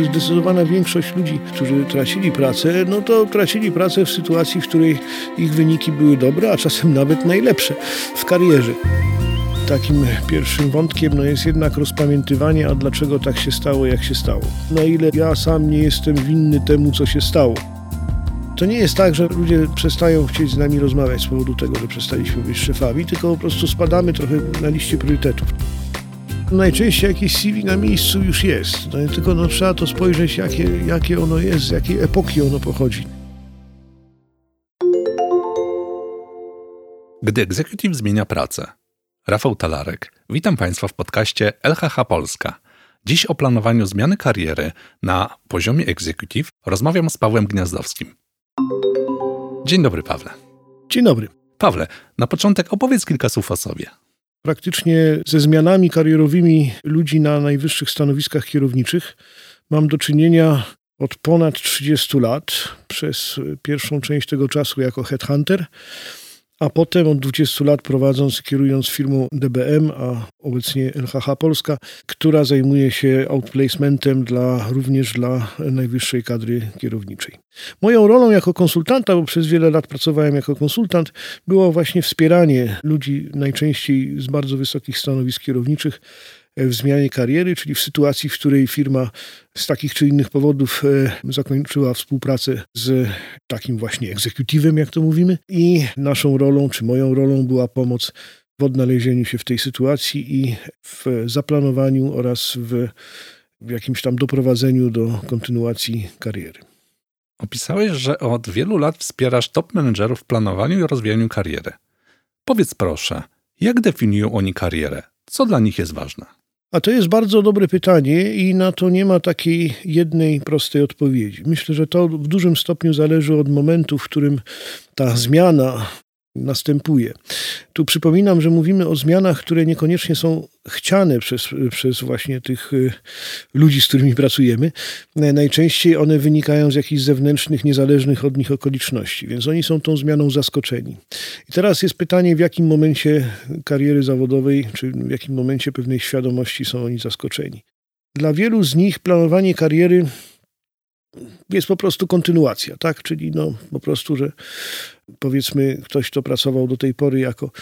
Zdecydowana większość ludzi, którzy tracili pracę, no to tracili pracę w sytuacji, w której ich wyniki były dobre, a czasem nawet najlepsze w karierze. Takim pierwszym wątkiem jest jednak rozpamiętywanie, a dlaczego tak się stało, jak się stało. Na ile ja sam nie jestem winny temu, co się stało. To nie jest tak, że ludzie przestają chcieć z nami rozmawiać z powodu tego, że przestaliśmy być szefami, tylko po prostu spadamy trochę na liście priorytetów. Najczęściej jakieś CV na miejscu już jest, tylko trzeba to spojrzeć, jakie ono jest, z jakiej epoki ono pochodzi. Gdy executive zmienia pracę. Rafał Talarek. Witam Państwa w podcaście LHH Polska. Dziś o planowaniu zmiany kariery na poziomie executive rozmawiam z Pawłem Gniazdowskim. Dzień dobry, Pawle. Dzień dobry. Pawle, na początek opowiedz kilka słów o sobie. Praktycznie ze zmianami karierowymi ludzi na najwyższych stanowiskach kierowniczych mam do czynienia od ponad 30 lat, przez pierwszą część tego czasu jako headhunter, a potem od 20 lat kierując firmą DBM, a obecnie LHH Polska, która zajmuje się outplacementem również dla najwyższej kadry kierowniczej. Moją rolą jako konsultanta, bo przez wiele lat pracowałem jako konsultant, było właśnie wspieranie ludzi najczęściej z bardzo wysokich stanowisk kierowniczych w zmianie kariery, czyli w sytuacji, w której firma z takich czy innych powodów zakończyła współpracę z takim właśnie egzekutywem, jak to mówimy. I naszą rolą, czy moją rolą była pomoc w odnalezieniu się w tej sytuacji i w zaplanowaniu oraz w jakimś tam doprowadzeniu do kontynuacji kariery. Opisałeś, że od wielu lat wspierasz top menedżerów w planowaniu i rozwijaniu kariery. Powiedz proszę, jak definiują oni karierę? Co dla nich jest ważne? A to jest bardzo dobre pytanie i na to nie ma takiej jednej prostej odpowiedzi. Myślę, że to w dużym stopniu zależy od momentu, w którym ta zmiana następuje. Tu przypominam, że mówimy o zmianach, które niekoniecznie są chciane przez właśnie tych ludzi, z którymi pracujemy. Najczęściej one wynikają z jakichś zewnętrznych, niezależnych od nich okoliczności, więc oni są tą zmianą zaskoczeni. I teraz jest pytanie, w jakim momencie kariery zawodowej, czy w jakim momencie pewnej świadomości są oni zaskoczeni. Dla wielu z nich planowanie kariery jest po prostu kontynuacja, tak? Czyli po prostu, że powiedzmy ktoś, kto pracował do tej pory jako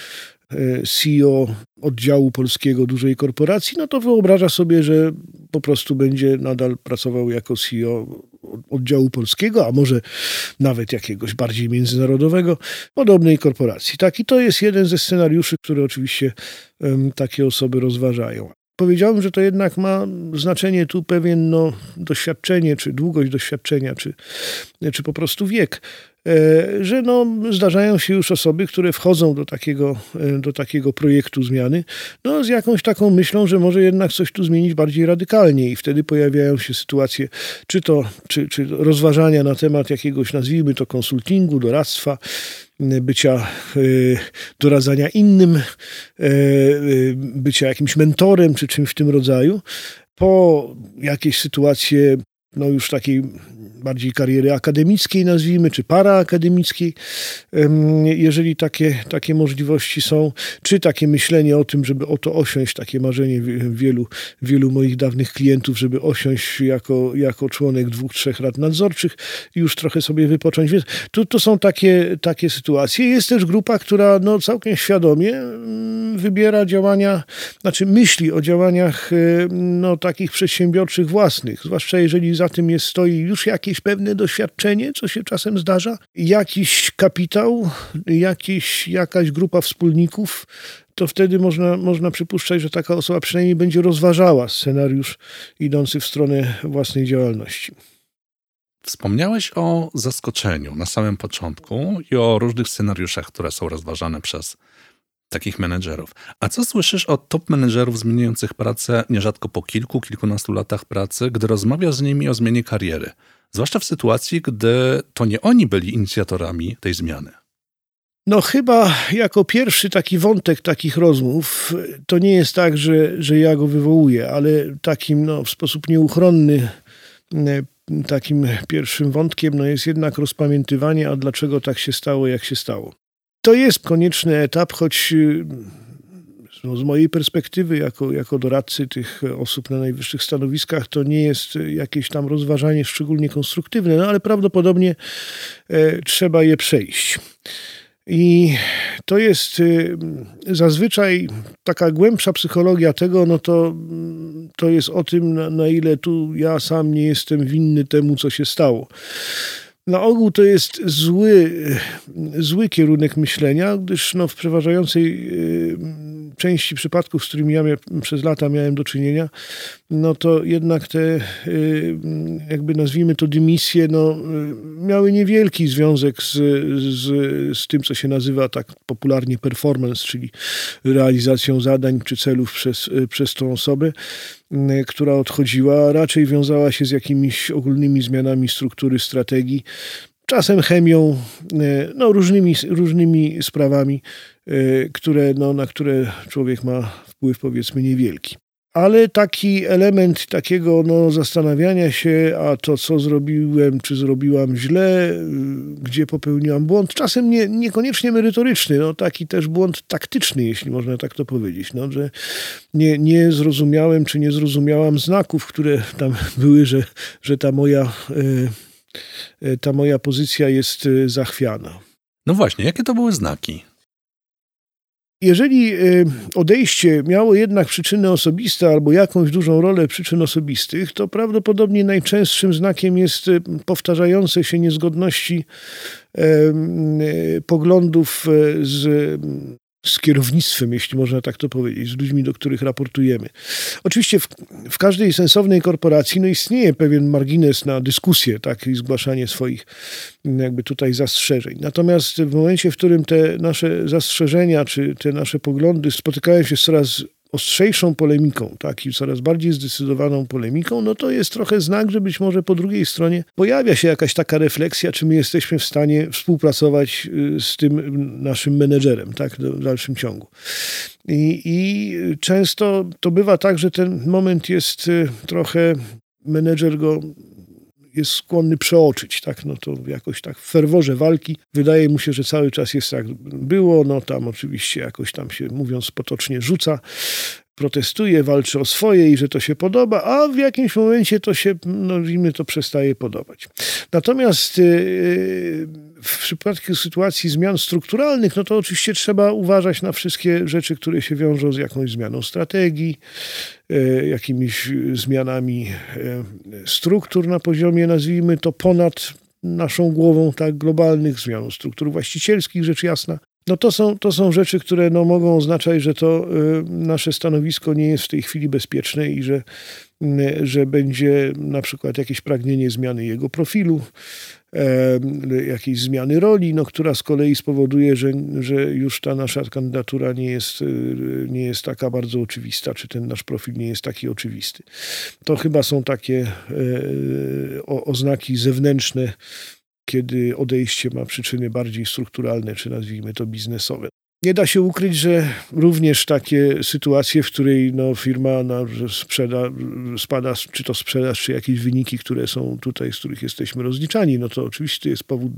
CEO oddziału polskiego dużej korporacji, to wyobraża sobie, że po prostu będzie nadal pracował jako CEO oddziału polskiego, a może nawet jakiegoś bardziej międzynarodowego, podobnej korporacji. Tak? I to jest jeden ze scenariuszy, które oczywiście takie osoby rozważają. Powiedziałbym, że to jednak ma znaczenie tu pewien doświadczenie, czy długość doświadczenia, czy po prostu wiek. Że zdarzają się już osoby, które wchodzą do takiego projektu zmiany, z jakąś taką myślą, że może jednak coś tu zmienić bardziej radykalnie i wtedy pojawiają się sytuacje, czy rozważania na temat jakiegoś, nazwijmy to, konsultingu, doradztwa, bycia doradzania innym, bycia jakimś mentorem, czy czymś w tym rodzaju, po jakieś sytuacje już takiej bardziej kariery akademickiej, nazwijmy, czy paraakademickiej, jeżeli takie możliwości są, czy takie myślenie o tym, żeby oto osiąść, takie marzenie wielu moich dawnych klientów, żeby osiąść jako członek 2-3 rad nadzorczych i już trochę sobie wypocząć. Więc to są takie sytuacje. Jest też grupa, która całkiem świadomie wybiera działania, myśli o działaniach takich przedsiębiorczych własnych, zwłaszcza jeżeli za tym stoi już jakieś pewne doświadczenie, co się czasem zdarza, jakiś kapitał, jakaś grupa wspólników, to wtedy można przypuszczać, że taka osoba przynajmniej będzie rozważała scenariusz idący w stronę własnej działalności. Wspomniałeś o zaskoczeniu na samym początku i o różnych scenariuszach, które są rozważane przez takich menedżerów. A co słyszysz od top menedżerów zmieniających pracę nierzadko po kilkunastu latach pracy, gdy rozmawiasz z nimi o zmianie kariery? Zwłaszcza w sytuacji, gdy to nie oni byli inicjatorami tej zmiany. Chyba jako pierwszy taki wątek takich rozmów, to nie jest tak, że ja go wywołuję, ale takim w sposób nieuchronny takim pierwszym wątkiem jest jednak rozpamiętywanie, a dlaczego tak się stało, jak się stało. To jest konieczny etap, choć No, z mojej perspektywy, jako doradcy tych osób na najwyższych stanowiskach, to nie jest jakieś tam rozważanie szczególnie konstruktywne, no ale prawdopodobnie trzeba je przejść. I to jest zazwyczaj taka głębsza psychologia tego, no to jest o tym, na ile tu ja sam nie jestem winny temu, co się stało. Na ogół to jest zły kierunek myślenia, gdyż w przeważającej części przypadków, z którymi ja przez lata miałem do czynienia, no to jednak te, jakby nazwijmy to, dymisje, miały niewielki związek z tym, co się nazywa tak popularnie performance, czyli realizacją zadań czy celów przez tą osobę, która odchodziła, raczej wiązała się z jakimiś ogólnymi zmianami struktury, strategii, czasem chemią, różnymi sprawami, na które człowiek ma wpływ, powiedzmy, niewielki. Ale taki element takiego zastanawiania się, a to co zrobiłem, czy zrobiłam źle, gdzie popełniłam błąd, czasem niekoniecznie merytoryczny, taki też błąd taktyczny, jeśli można tak to powiedzieć, że nie zrozumiałem, czy nie zrozumiałam znaków, które tam były, że ta moja pozycja jest zachwiana. No właśnie, jakie to były znaki? Jeżeli odejście miało jednak przyczyny osobiste albo jakąś dużą rolę przyczyn osobistych, to prawdopodobnie najczęstszym znakiem jest powtarzające się niezgodności poglądów z kierownictwem, jeśli można tak to powiedzieć, z ludźmi, do których raportujemy. Oczywiście w każdej sensownej korporacji istnieje pewien margines na dyskusję, i zgłaszanie swoich jakby tutaj zastrzeżeń. Natomiast w momencie, w którym te nasze zastrzeżenia, czy te nasze poglądy spotykają się z coraz ostrzejszą polemiką, i coraz bardziej zdecydowaną polemiką, to jest trochę znak, że być może po drugiej stronie pojawia się jakaś taka refleksja, czy my jesteśmy w stanie współpracować z tym naszym menedżerem, w dalszym ciągu. I często to bywa tak, że ten moment jest trochę, menedżer go jest skłonny przeoczyć, to jakoś w ferworze walki wydaje mu się, że cały czas jest tak było, tam oczywiście jakoś tam się, mówiąc potocznie, rzuca, protestuje, walczy o swoje i że to się podoba, a w jakimś momencie to się, to przestaje podobać. Natomiast w przypadku sytuacji zmian strukturalnych, to oczywiście trzeba uważać na wszystkie rzeczy, które się wiążą z jakąś zmianą strategii, jakimiś zmianami struktur na poziomie, nazwijmy to, ponad naszą głową, globalnych, zmianą struktur właścicielskich, rzecz jasna. To są rzeczy, które mogą oznaczać, że to nasze stanowisko nie jest w tej chwili bezpieczne i że będzie na przykład jakieś pragnienie zmiany jego profilu, jakiejś zmiany roli, która z kolei spowoduje, że już ta nasza kandydatura nie jest taka bardzo oczywista, czy ten nasz profil nie jest taki oczywisty. To chyba są takie oznaki zewnętrzne, kiedy odejście ma przyczyny bardziej strukturalne, czy nazwijmy to biznesowe. Nie da się ukryć, że również takie sytuacje, w której firma spada, czy to sprzedaż, czy jakieś wyniki, które są tutaj, z których jesteśmy rozliczani, to oczywiście jest powód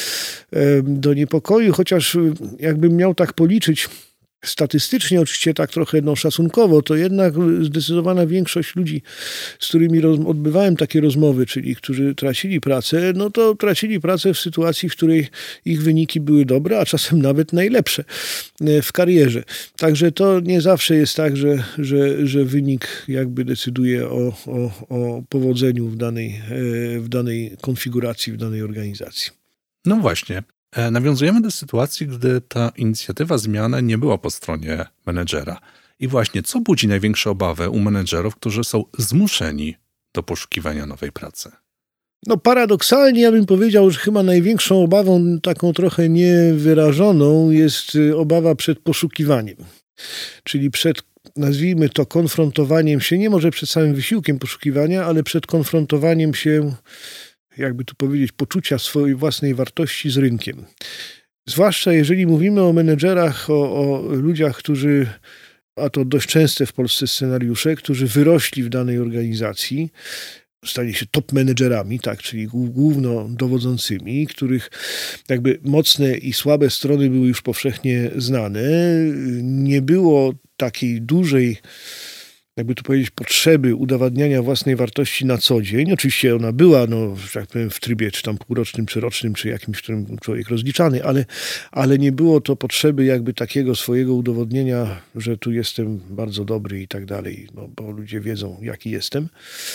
do niepokoju, chociaż jakbym miał tak policzyć, statystycznie oczywiście trochę szacunkowo, to jednak zdecydowana większość ludzi, z którymi odbywałem takie rozmowy, czyli którzy tracili pracę, to tracili pracę w sytuacji, w której ich wyniki były dobre, a czasem nawet najlepsze w karierze. Także to nie zawsze jest tak, że wynik jakby decyduje o powodzeniu w danej konfiguracji, w danej organizacji. No właśnie. Nawiązujemy do sytuacji, gdy ta inicjatywa zmiany nie była po stronie menedżera. I właśnie, co budzi największe obawy u menedżerów, którzy są zmuszeni do poszukiwania nowej pracy? Paradoksalnie ja bym powiedział, że chyba największą obawą, taką trochę niewyrażoną, jest obawa przed poszukiwaniem. Czyli przed, nazwijmy to, konfrontowaniem się, nie może przed samym wysiłkiem poszukiwania, ale przed konfrontowaniem się, jakby tu powiedzieć, poczucia swojej własnej wartości z rynkiem. Zwłaszcza jeżeli mówimy o menedżerach, o ludziach, którzy, a to dość częste w Polsce scenariusze, którzy wyrośli w danej organizacji, stali się top menedżerami, czyli głównodowodzącymi, których jakby mocne i słabe strony były już powszechnie znane. Nie było takiej dużej, jakby tu powiedzieć, potrzeby udowadniania własnej wartości na co dzień. Oczywiście ona była, że tak powiem, w trybie czy tam półrocznym, czy rocznym, czy jakimś, w którym człowiek rozliczany, ale nie było to potrzeby jakby takiego swojego udowodnienia, że tu jestem bardzo dobry i tak dalej, bo ludzie wiedzą, jaki jestem.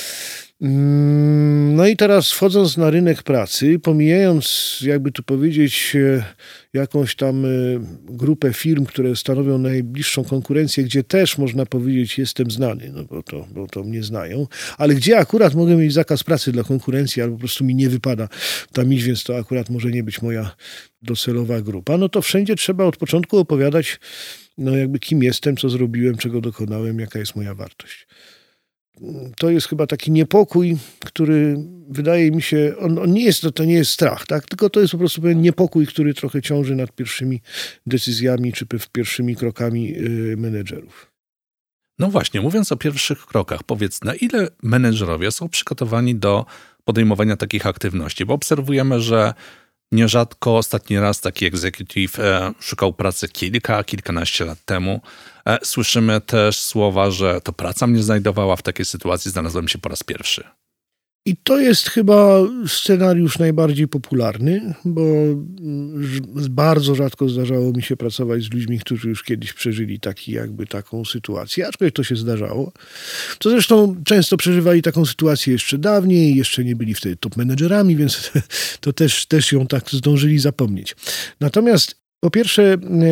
No i teraz wchodząc na rynek pracy, pomijając, jakby tu powiedzieć, jakąś tam grupę firm, które stanowią najbliższą konkurencję, gdzie też można powiedzieć jestem znany, bo to mnie znają, ale gdzie akurat mogę mieć zakaz pracy dla konkurencji, albo po prostu mi nie wypada tam iść, więc to akurat może nie być moja docelowa grupa, to wszędzie trzeba od początku opowiadać, jakby kim jestem, co zrobiłem, czego dokonałem, jaka jest moja wartość. To jest chyba taki niepokój, który wydaje mi się, to nie jest strach, tak? Tylko to jest po prostu pewien niepokój, który trochę ciąży nad pierwszymi decyzjami czy pierwszymi krokami menedżerów. No właśnie, mówiąc o pierwszych krokach, powiedz, na ile menedżerowie są przygotowani do podejmowania takich aktywności? Bo obserwujemy, że nierzadko ostatni raz taki executive szukał pracy kilkanaście lat temu. Słyszymy też słowa, że to praca mnie znajdowała, w takiej sytuacji znalazłem się po raz pierwszy. I to jest chyba scenariusz najbardziej popularny, bo bardzo rzadko zdarzało mi się pracować z ludźmi, którzy już kiedyś przeżyli taką sytuację, aczkolwiek to się zdarzało. To zresztą często przeżywali taką sytuację jeszcze dawniej, jeszcze nie byli wtedy top menedżerami, więc to też ją tak zdążyli zapomnieć. Natomiast po pierwsze,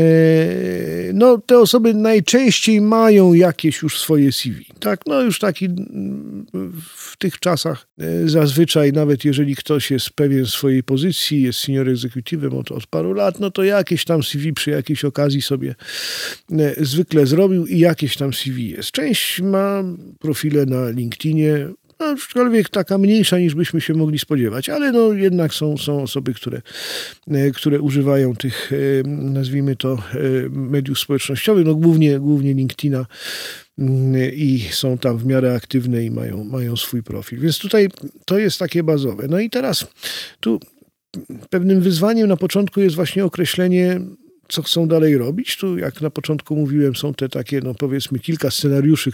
te osoby najczęściej mają jakieś już swoje CV, tak? Już taki w tych czasach zazwyczaj, nawet jeżeli ktoś jest pewien swojej pozycji, jest senior executive'em od paru lat, to jakieś tam CV przy jakiejś okazji sobie zwykle zrobił i jakieś tam CV jest. Część ma profile na LinkedInie, aczkolwiek taka mniejsza niż byśmy się mogli spodziewać, ale jednak są osoby, które używają tych, nazwijmy to, mediów społecznościowych, głównie LinkedIna i są tam w miarę aktywne i mają swój profil. Więc tutaj to jest takie bazowe. No i teraz tu pewnym wyzwaniem na początku jest właśnie określenie, co chcą dalej robić. Tu, jak na początku mówiłem, są te takie, powiedzmy, kilka scenariuszy,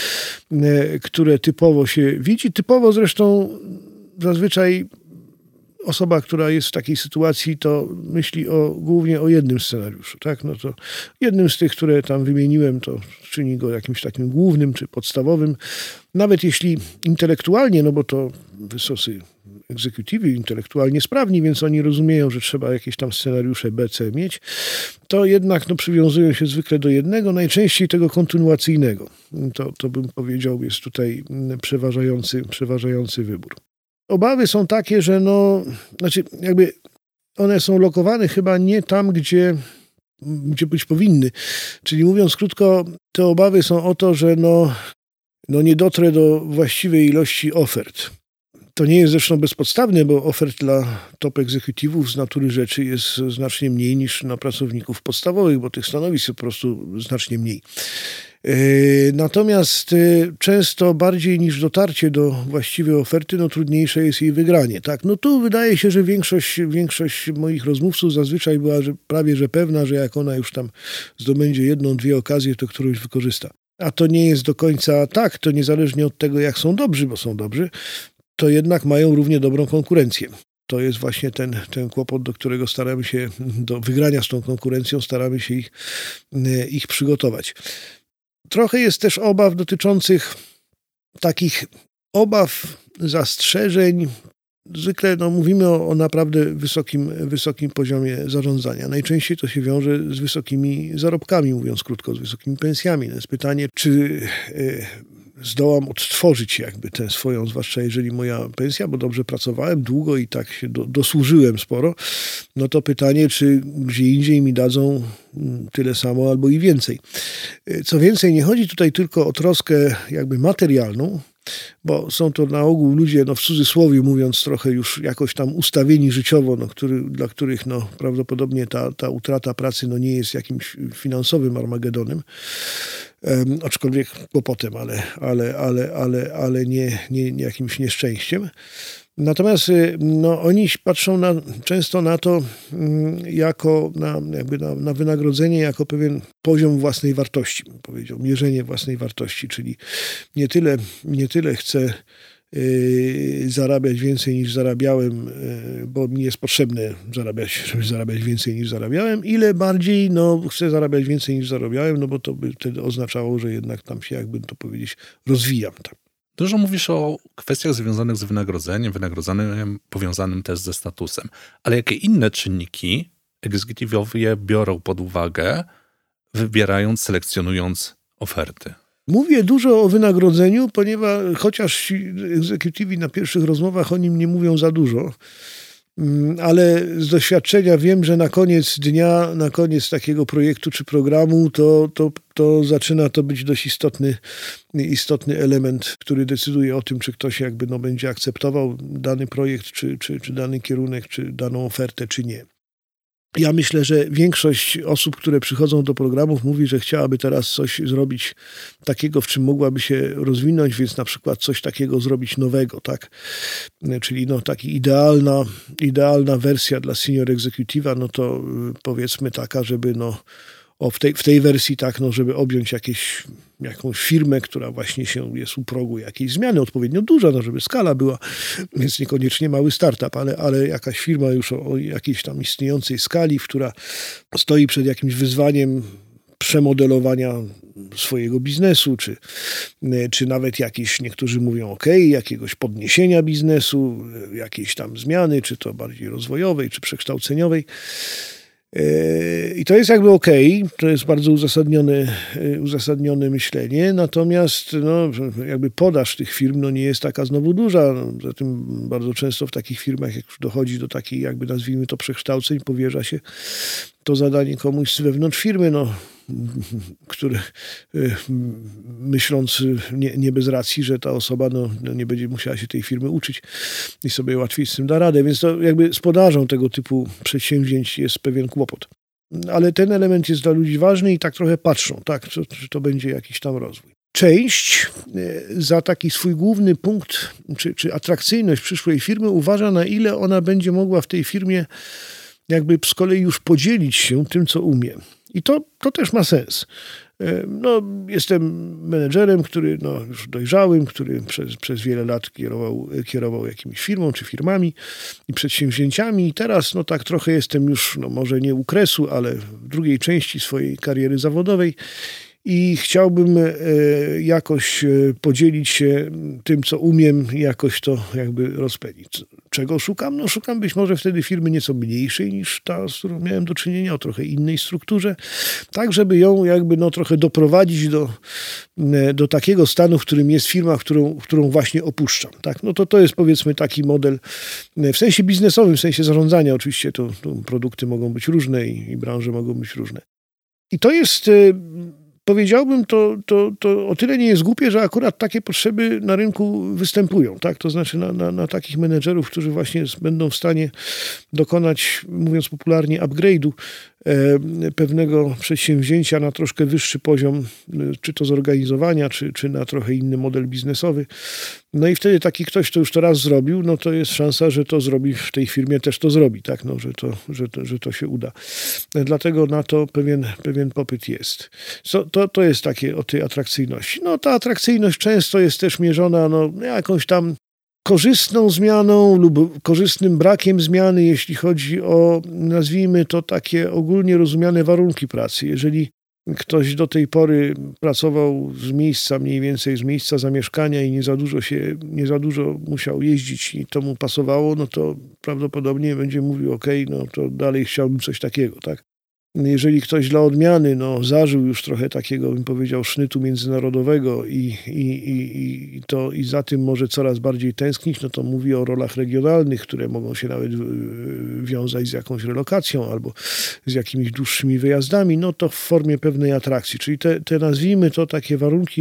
które typowo się widzi. Typowo zresztą zazwyczaj osoba, która jest w takiej sytuacji, to myśli głównie o jednym scenariuszu. Tak? To jednym z tych, które tam wymieniłem, to czyni go jakimś takim głównym czy podstawowym. Nawet jeśli intelektualnie, bo to wysocy egzekutywi intelektualnie sprawni, więc oni rozumieją, że trzeba jakieś tam scenariusze B, C mieć, to jednak przywiązują się zwykle do jednego, najczęściej tego kontynuacyjnego. To bym powiedział, jest tutaj przeważający wybór. Obawy są takie, że jakby one są lokowane chyba nie tam, gdzie być powinny. Czyli mówiąc krótko, te obawy są o to, że nie dotrę do właściwej ilości ofert. To nie jest zresztą bezpodstawne, bo ofert dla top egzekutywów z natury rzeczy jest znacznie mniej niż na pracowników podstawowych, bo tych stanowisk jest po prostu znacznie mniej. Natomiast często bardziej niż dotarcie do właściwej oferty, trudniejsze jest jej wygranie. Tak? Tu wydaje się, że większość moich rozmówców zazwyczaj była prawie że pewna, że jak ona już tam zdobędzie jedną, dwie okazje, to którąś wykorzysta. A to nie jest do końca tak, to niezależnie od tego, jak są dobrzy, bo są dobrzy, to jednak mają równie dobrą konkurencję. To jest właśnie ten kłopot, do którego staramy się, do wygrania z tą konkurencją, staramy się ich przygotować. Trochę jest też obaw dotyczących takich zastrzeżeń. Zwykle mówimy o naprawdę wysokim poziomie zarządzania. Najczęściej to się wiąże z wysokimi zarobkami, mówiąc krótko, z wysokimi pensjami. To jest pytanie, czy zdołam odtworzyć jakby tę swoją, zwłaszcza jeżeli moja pensja, bo dobrze pracowałem długo i tak się dosłużyłem sporo, to pytanie, czy gdzie indziej mi dadzą tyle samo albo i więcej. Co więcej, nie chodzi tutaj tylko o troskę jakby materialną, bo są to na ogół ludzie, w cudzysłowie mówiąc, trochę już jakoś tam ustawieni życiowo, dla których prawdopodobnie ta utrata pracy nie jest jakimś finansowym armagedonem, aczkolwiek kłopotem, ale nie jakimś nieszczęściem. Natomiast no, oni patrzą często na to jako na wynagrodzenie, jako pewien poziom własnej wartości, bym powiedział, mierzenie własnej wartości, czyli nie tyle chcę zarabiać więcej niż zarabiałem, bo mi jest potrzebne żeby zarabiać więcej niż zarabiałem, ile bardziej chcę zarabiać więcej niż zarabiałem, no bo to by wtedy oznaczało, że jednak tam się, jakby to powiedzieć, rozwijam. Tak. Dużo mówisz o kwestiach związanych z wynagrodzeniem powiązanym też ze statusem. Ale jakie inne czynniki egzekutivowie biorą pod uwagę, wybierając, selekcjonując oferty? Mówię dużo o wynagrodzeniu, ponieważ chociaż egzekutywi na pierwszych rozmowach o nim nie mówią za dużo, ale z doświadczenia wiem, że na koniec dnia, na koniec takiego projektu czy programu, to zaczyna to być dość istotny element, który decyduje o tym, czy ktoś będzie akceptował dany projekt, czy dany kierunek, czy daną ofertę, czy nie. Ja myślę, że większość osób, które przychodzą do programów, mówi, że chciałaby teraz coś zrobić takiego, w czym mogłaby się rozwinąć, więc na przykład coś takiego zrobić nowego, tak? Czyli taki idealna wersja dla senior executive'a, no to powiedzmy taka, żeby w tej wersji tak, żeby objąć jakąś firmę, która właśnie jest u progu jakiejś zmiany odpowiednio duża, żeby skala była, więc niekoniecznie mały startup, ale jakaś firma już o jakiejś tam istniejącej skali, która stoi przed jakimś wyzwaniem przemodelowania swojego biznesu, czy nawet jakieś, niektórzy mówią jakiegoś podniesienia biznesu, jakiejś tam zmiany, czy to bardziej rozwojowej, czy przekształceniowej. I to jest jakby to jest bardzo uzasadnione myślenie, natomiast jakby podaż tych firm nie jest taka znowu duża. Zatem bardzo często w takich firmach, jak już dochodzi do takich, jakby nazwijmy to, przekształceń, powierza się to zadanie komuś z wewnątrz firmy, który myśląc nie bez racji, że ta osoba nie będzie musiała się tej firmy uczyć i sobie łatwiej z tym da radę. Więc to jakby z podażą tego typu przedsięwzięć jest pewien kłopot. Ale ten element jest dla ludzi ważny i tak trochę patrzą, tak, czy to będzie jakiś tam rozwój. Część za taki swój główny punkt, czy atrakcyjność przyszłej firmy uważa, na ile ona będzie mogła w tej firmie jakby z kolei już podzielić się tym, co umie. I to też ma sens. Jestem menedżerem, który już dojrzałym, który przez wiele lat kierował jakimś firmą czy firmami i przedsięwzięciami i teraz tak trochę jestem już, może nie u kresu, ale w drugiej części swojej kariery zawodowej i chciałbym jakoś podzielić się tym, co umiem i jakoś to jakby rozpędzić. Czego szukam? Szukam być może wtedy firmy nieco mniejszej niż ta, z którą miałem do czynienia, o trochę innej strukturze, tak żeby ją jakby trochę doprowadzić do takiego stanu, w którym jest firma, którą właśnie opuszczam. Tak? To jest powiedzmy taki model w sensie biznesowym, w sensie zarządzania. Oczywiście to produkty mogą być różne i branże mogą być różne. I to jest... Powiedziałbym, to o tyle nie jest głupie, że akurat takie potrzeby na rynku występują. Tak? To znaczy na takich menedżerów, którzy właśnie będą w stanie dokonać, mówiąc popularnie, upgrade'u pewnego przedsięwzięcia na troszkę wyższy poziom, czy to zorganizowania, czy na trochę inny model biznesowy. I wtedy taki ktoś, kto już to raz zrobił, to jest szansa, że to zrobi w tej firmie, też to zrobi, tak? Że to się uda. Dlatego na to pewien popyt jest. To jest takie o tej atrakcyjności. Ta atrakcyjność często jest też mierzona jakąś tam korzystną zmianą lub korzystnym brakiem zmiany, jeśli chodzi o, nazwijmy to, takie ogólnie rozumiane warunki pracy. Jeżeli ktoś do tej pory pracował mniej więcej z miejsca zamieszkania i nie za dużo musiał jeździć i to mu pasowało, to prawdopodobnie będzie mówił, to dalej chciałbym coś takiego, tak? Jeżeli ktoś dla odmiany zażył już trochę takiego, bym powiedział, sznytu międzynarodowego i za tym może coraz bardziej tęsknić, to mówi o rolach regionalnych, które mogą się nawet wiązać z jakąś relokacją albo z jakimiś dłuższymi wyjazdami, to w formie pewnej atrakcji. Czyli te nazwijmy to takie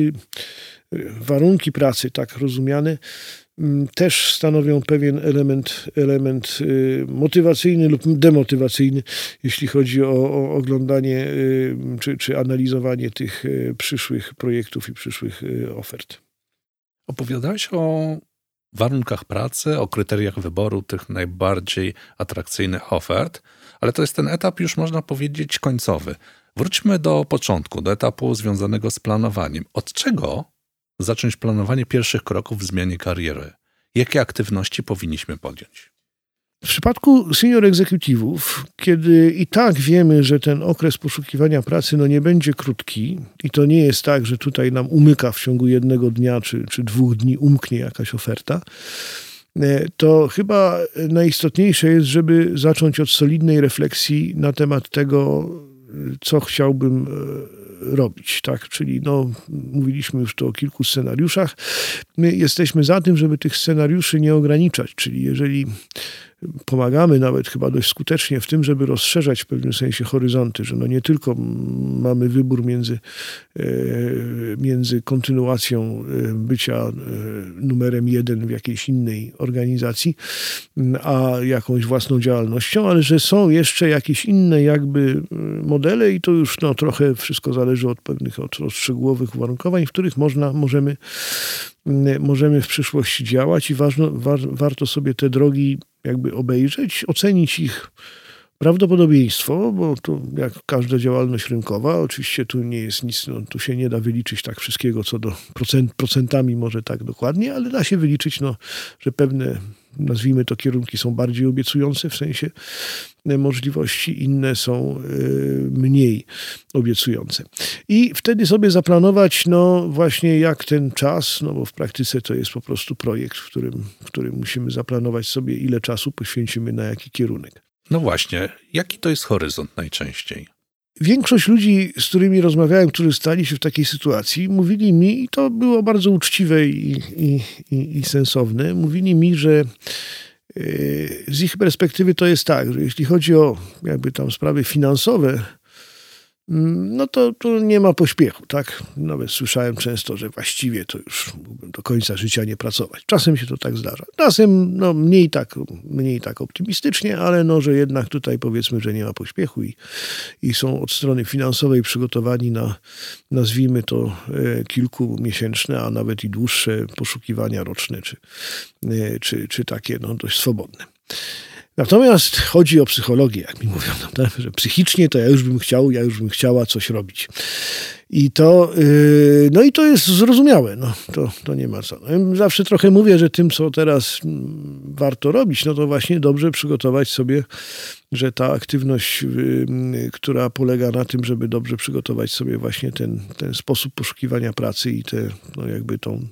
warunki pracy, tak rozumiane, też stanowią pewien element motywacyjny lub demotywacyjny, jeśli chodzi o oglądanie czy analizowanie tych przyszłych projektów i przyszłych ofert. Opowiadałeś o warunkach pracy, o kryteriach wyboru tych najbardziej atrakcyjnych ofert, ale to jest ten etap już można powiedzieć końcowy. Wróćmy do początku, do etapu związanego z planowaniem. Od czego zacząć planowanie pierwszych kroków w zmianie kariery? Jakie aktywności powinniśmy podjąć? W przypadku senior executive'ów, kiedy i tak wiemy, że ten okres poszukiwania pracy nie będzie krótki i to nie jest tak, że tutaj nam umyka w ciągu jednego dnia czy 2 dni umknie jakaś oferta, to chyba najistotniejsze jest, żeby zacząć od solidnej refleksji na temat tego, co chciałbym robić, tak? Czyli mówiliśmy już tu o kilku scenariuszach. My jesteśmy za tym, żeby tych scenariuszy nie ograniczać, czyli jeżeli pomagamy nawet chyba dość skutecznie w tym, żeby rozszerzać w pewnym sensie horyzonty, że nie tylko mamy wybór między kontynuacją bycia numerem 1 w jakiejś innej organizacji, a jakąś własną działalnością, ale że są jeszcze jakieś inne jakby modele i to już trochę wszystko zależy od pewnych od szczegółowych uwarunkowań, w których możemy w przyszłości działać i warto sobie te drogi jakby obejrzeć, ocenić ich prawdopodobieństwo, bo to jak każda działalność rynkowa, oczywiście tu nie jest nic, tu się nie da wyliczyć tak wszystkiego co do procentami może tak dokładnie, ale da się wyliczyć, że pewne, nazwijmy to, kierunki są bardziej obiecujące w sensie możliwości, inne są mniej obiecujące. I wtedy sobie zaplanować, właśnie jak ten czas, bo w praktyce to jest po prostu projekt, w którym musimy zaplanować sobie, ile czasu poświęcimy na jaki kierunek. No właśnie, jaki to jest horyzont najczęściej? Większość ludzi, z którymi rozmawiałem, którzy stali się w takiej sytuacji, mówili mi, i to było bardzo uczciwe i sensowne, mówili mi, że z ich perspektywy to jest tak, że jeśli chodzi o jakby tam sprawy finansowe, to nie ma pośpiechu, tak? Nawet słyszałem często, że właściwie to już mógłbym do końca życia nie pracować. Czasem się to tak zdarza. Czasem mniej tak optymistycznie, ale że jednak tutaj powiedzmy, że nie ma pośpiechu i są od strony finansowej przygotowani na, nazwijmy to, kilkumiesięczne, a nawet i dłuższe poszukiwania roczne, czy takie dość swobodne. Natomiast chodzi o psychologię, jak mi mówią, że psychicznie to ja już bym chciała coś robić. I to, i to jest zrozumiałe, to nie ma co. Zawsze trochę mówię, że tym, co teraz warto robić, to właśnie dobrze przygotować sobie, że ta aktywność, która polega na tym, żeby dobrze przygotować sobie właśnie ten sposób poszukiwania pracy i jakby tą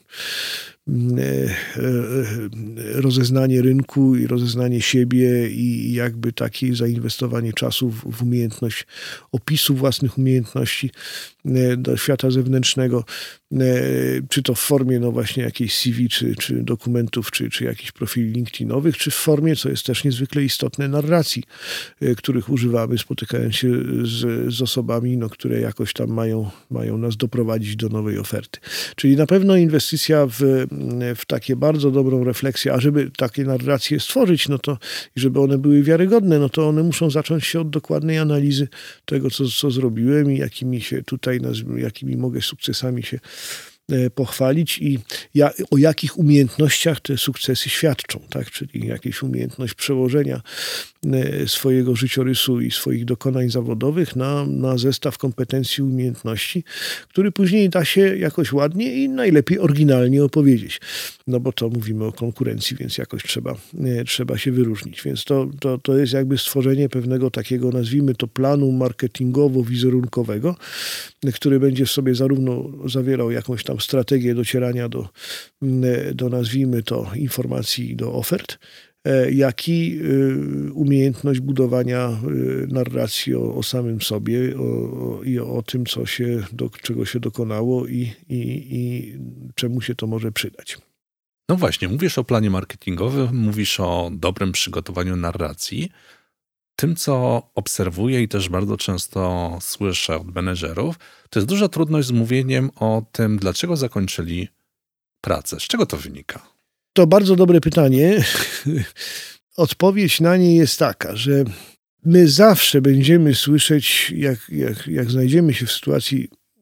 rozeznanie rynku i rozeznanie siebie i jakby takie zainwestowanie czasu w umiejętność opisu własnych umiejętności do świata zewnętrznego, czy to w formie właśnie jakiejś CV, czy dokumentów, czy jakichś profili LinkedInowych, czy w formie, co jest też niezwykle istotne, narracji, których używamy, spotykając się z osobami, które jakoś tam mają nas doprowadzić do nowej oferty. Czyli na pewno inwestycja w takie bardzo dobrą refleksję, a żeby takie narracje stworzyć, i żeby one były wiarygodne, to one muszą zacząć się od dokładnej analizy tego, co zrobiłem i jakimi mogę sukcesami się pochwalić i o jakich umiejętnościach te sukcesy świadczą, tak? Czyli jakieś umiejętność przełożenia swojego życiorysu i swoich dokonań zawodowych na zestaw kompetencji i umiejętności, który później da się jakoś ładnie i najlepiej oryginalnie opowiedzieć. Bo to mówimy o konkurencji, więc jakoś trzeba się wyróżnić. Więc to jest jakby stworzenie pewnego takiego, nazwijmy to, planu marketingowo-wizerunkowego, który będzie w sobie zarówno zawierał jakąś tam strategię docierania do nazwijmy to, informacji, do ofert, jak i umiejętność budowania narracji o samym sobie i o tym, czego się dokonało i czemu się to może przydać. No właśnie, mówisz o planie marketingowym, mówisz o dobrym przygotowaniu narracji. Tym, co obserwuję i też bardzo często słyszę od menedżerów, to jest duża trudność z mówieniem o tym, dlaczego zakończyli pracę. Z czego to wynika? To bardzo dobre pytanie. Odpowiedź na nie jest taka, że my zawsze będziemy słyszeć, jak znajdziemy się w sytuacji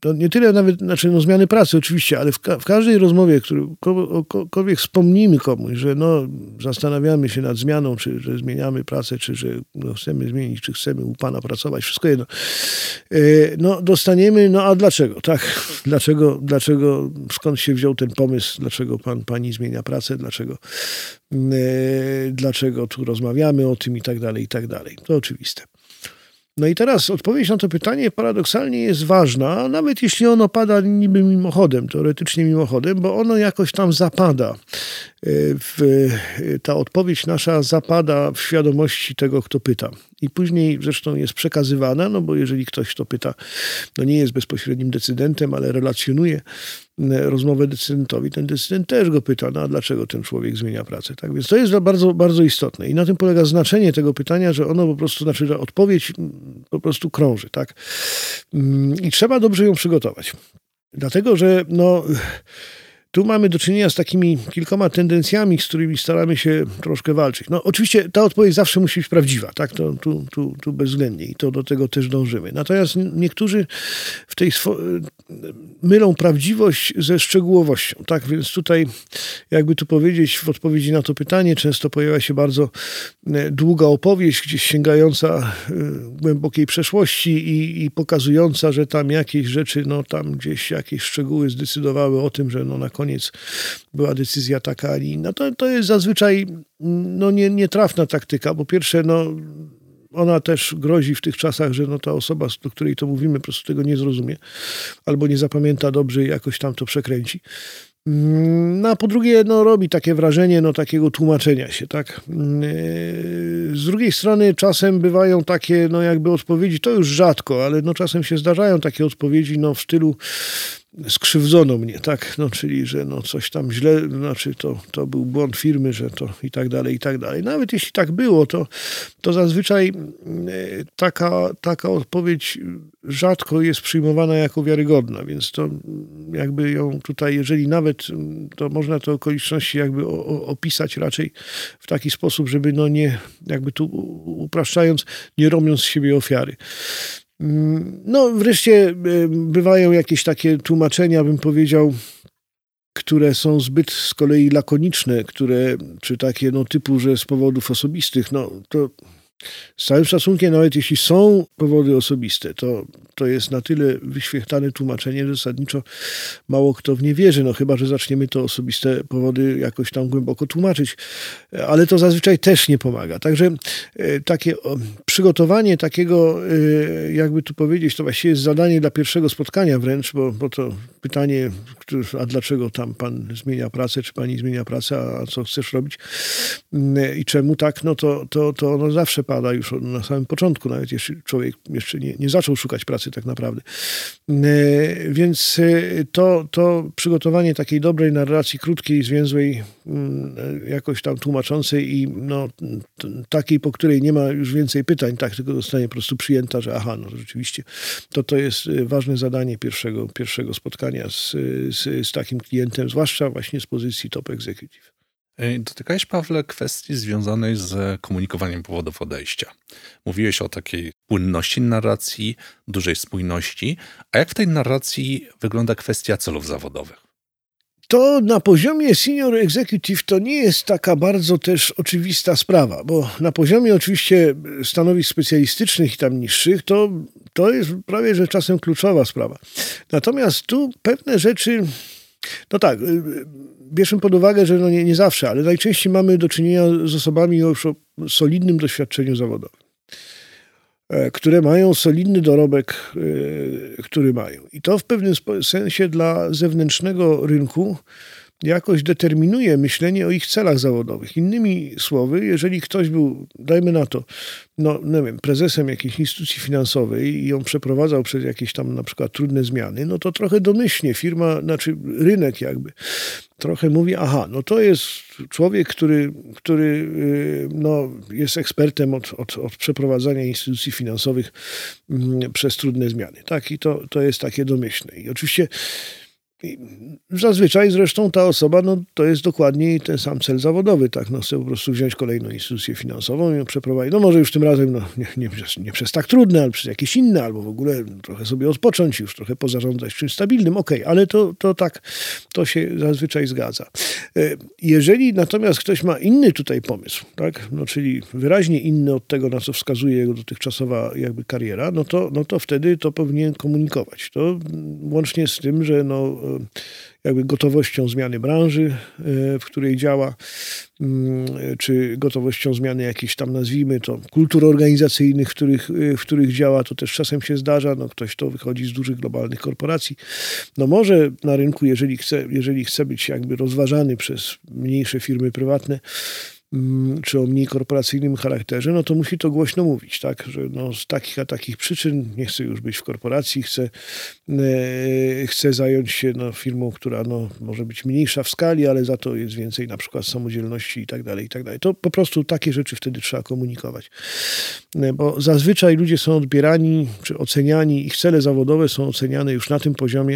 to nie tyle nawet, zmiany pracy oczywiście, ale w każdej rozmowie, którąkolwiek wspomnimy komuś, że zastanawiamy się nad zmianą, czy że zmieniamy pracę, czy że chcemy zmienić, czy chcemy u pana pracować, wszystko jedno. Dostaniemy, a dlaczego, tak? Dlaczego, skąd się wziął ten pomysł, dlaczego pani zmienia pracę, dlaczego tu rozmawiamy o tym i tak dalej, i tak dalej. To oczywiste. No i teraz odpowiedź na to pytanie paradoksalnie jest ważna, nawet jeśli ono pada niby mimochodem, teoretycznie mimochodem, bo ono jakoś tam zapada. Ta odpowiedź nasza zapada w świadomości tego, kto pyta. I później zresztą jest przekazywana, bo jeżeli ktoś, kto pyta, nie jest bezpośrednim decydentem, ale relacjonuje rozmowę decydentowi, ten decydent też go pyta, a dlaczego ten człowiek zmienia pracę. Tak? Więc to jest bardzo, bardzo istotne. I na tym polega znaczenie tego pytania, że ono po prostu, że odpowiedź po prostu krąży. Tak? I trzeba dobrze ją przygotować. Dlatego, że tu mamy do czynienia z takimi kilkoma tendencjami, z którymi staramy się troszkę walczyć. Oczywiście ta odpowiedź zawsze musi być prawdziwa, tak? Tu bezwzględnie i to do tego też dążymy. Natomiast niektórzy mylą prawdziwość ze szczegółowością, tak? Więc tutaj, jakby tu powiedzieć, w odpowiedzi na to pytanie często pojawia się bardzo długa opowieść, gdzieś sięgająca głębokiej przeszłości i pokazująca, że tam jakieś rzeczy, tam gdzieś jakieś szczegóły zdecydowały o tym, że na koniec była decyzja taka, a nie inna. To jest zazwyczaj nietrafna taktyka. Po pierwsze, ona też grozi w tych czasach, że ta osoba, do której to mówimy, po prostu tego nie zrozumie albo nie zapamięta dobrze i jakoś tam to przekręci. A po drugie, robi takie wrażenie takiego tłumaczenia się, tak? Z drugiej strony czasem bywają takie, jakby odpowiedzi, to już rzadko, ale czasem się zdarzają takie odpowiedzi, w stylu skrzywdzono mnie, tak? Czyli, że coś tam źle, to był błąd firmy, że to i tak dalej, i tak dalej. Nawet jeśli tak było, to zazwyczaj taka odpowiedź rzadko jest przyjmowana jako wiarygodna, więc to jakby ją tutaj, jeżeli nawet, to można te okoliczności jakby opisać raczej w taki sposób, żeby nie, jakby tu upraszczając, nie robiąc z siebie ofiary. Wreszcie bywają jakieś takie tłumaczenia, bym powiedział, które są zbyt z kolei lakoniczne, czy takie typu, że z powodów osobistych, to z całym szacunkiem, nawet jeśli są powody osobiste, to jest na tyle wyświechtane tłumaczenie, że zasadniczo mało kto w nie wierzy, chyba że zaczniemy to osobiste powody jakoś tam głęboko tłumaczyć, ale to zazwyczaj też nie pomaga. Także takie przygotowanie takiego, jakby tu powiedzieć, to właściwie jest zadanie dla pierwszego spotkania wręcz, bo to pytanie, a dlaczego tam pan zmienia pracę, czy pani zmienia pracę, a co chcesz robić i czemu tak, to ono zawsze pada już na samym początku, nawet jeśli człowiek jeszcze nie zaczął szukać pracy tak naprawdę. Więc to przygotowanie takiej dobrej narracji, krótkiej, zwięzłej, jakoś tam tłumaczącej i takiej, po której nie ma już więcej pytań, tak, tylko zostanie po prostu przyjęta, że to rzeczywiście to jest ważne zadanie pierwszego spotkania z takim klientem, zwłaszcza właśnie z pozycji top executive. Dotykałeś, Pawle, kwestii związanej z komunikowaniem powodów odejścia. Mówiłeś o takiej płynności narracji, dużej spójności. A jak w tej narracji wygląda kwestia celów zawodowych? To na poziomie senior executive to nie jest taka bardzo też oczywista sprawa, bo na poziomie oczywiście stanowisk specjalistycznych i tam niższych to jest prawie że czasem kluczowa sprawa. Natomiast tu pewne rzeczy, bierzmy pod uwagę, że nie zawsze, ale najczęściej mamy do czynienia z osobami już o solidnym doświadczeniu zawodowym, które mają solidny dorobek, który mają. I to w pewnym sensie dla zewnętrznego rynku jakoś determinuje myślenie o ich celach zawodowych. Innymi słowy, jeżeli ktoś był, dajmy na to, prezesem jakiejś instytucji finansowej i on przeprowadzał przez jakieś tam na przykład trudne zmiany, to trochę domyślnie firma, rynek jakby trochę mówi, to jest człowiek, który jest ekspertem od przeprowadzania instytucji finansowych przez trudne zmiany. Tak? I to jest takie domyślne. I oczywiście Zazwyczaj zresztą ta osoba, no to jest dokładnie ten sam cel zawodowy, tak, no chce po prostu wziąć kolejną instytucję finansową i ją przeprowadzić. No może już tym razem, no nie przez tak trudne, ale przez jakieś inne, albo w ogóle trochę sobie odpocząć, już trochę pozarządzać czymś stabilnym, okej, ale to tak, to się zazwyczaj zgadza. Jeżeli natomiast ktoś ma inny tutaj pomysł, tak, no czyli wyraźnie inny od tego, na co wskazuje jego dotychczasowa jakby kariera, no to wtedy to powinien komunikować. To łącznie z tym, że no jakby gotowością zmiany branży, w której działa, czy gotowością zmiany jakichś tam, nazwijmy to, kultur organizacyjnych, w których działa, to też czasem się zdarza. No ktoś to wychodzi z dużych globalnych korporacji. No może na rynku, jeżeli chce być jakby rozważany przez mniejsze firmy prywatne, czy o mniej korporacyjnym charakterze, no to musi to głośno mówić, tak, że no z takich a takich przyczyn nie chce już być w korporacji, chce zająć się no, firmą, która no, może być mniejsza w skali, ale za to jest więcej na przykład samodzielności i tak dalej, i tak dalej. To po prostu takie rzeczy wtedy trzeba komunikować. Bo zazwyczaj ludzie są odbierani, czy oceniani, ich cele zawodowe są oceniane już na tym poziomie,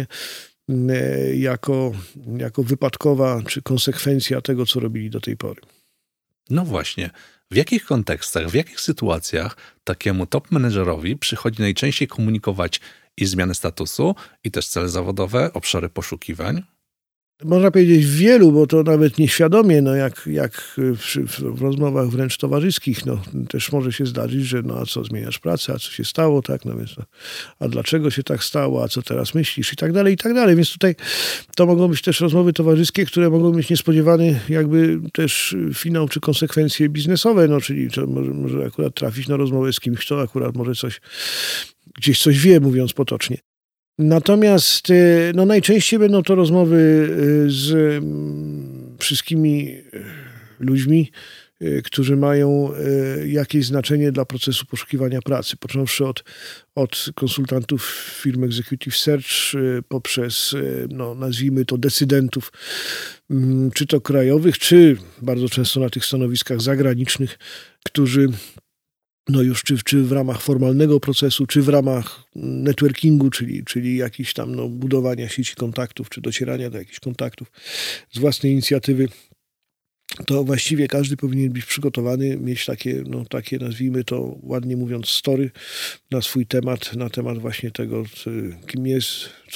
jako wypadkowa, czy konsekwencja tego, co robili do tej pory. No właśnie, w jakich kontekstach, w jakich sytuacjach takiemu top menedżerowi przychodzi najczęściej komunikować i zmianę statusu, i też cele zawodowe, obszary poszukiwań? Można powiedzieć wielu, bo to nawet nieświadomie, no jak w rozmowach wręcz towarzyskich, no też może się zdarzyć, że no a co, zmieniasz pracę, a co się stało, tak, no więc a dlaczego się tak stało, a co teraz myślisz i tak dalej, i tak dalej. Więc tutaj to mogą być też rozmowy towarzyskie, które mogą mieć niespodziewany jakby też finał czy konsekwencje biznesowe, no czyli to może akurat trafić na rozmowę z kimś, kto akurat może gdzieś coś wie, mówiąc potocznie. Natomiast no, najczęściej będą to rozmowy z wszystkimi ludźmi, którzy mają jakieś znaczenie dla procesu poszukiwania pracy. Począwszy od konsultantów firm Executive Search, poprzez, no, nazwijmy to, decydentów, czy to krajowych, czy bardzo często na tych stanowiskach zagranicznych, którzy no już czy w ramach formalnego procesu, czy w ramach networkingu, czyli jakichś tam no, budowania sieci kontaktów, czy docierania do jakichś kontaktów z własnej inicjatywy, to właściwie każdy powinien być przygotowany, mieć takie, nazwijmy to ładnie mówiąc, story na swój temat, na temat właśnie tego, kim jest,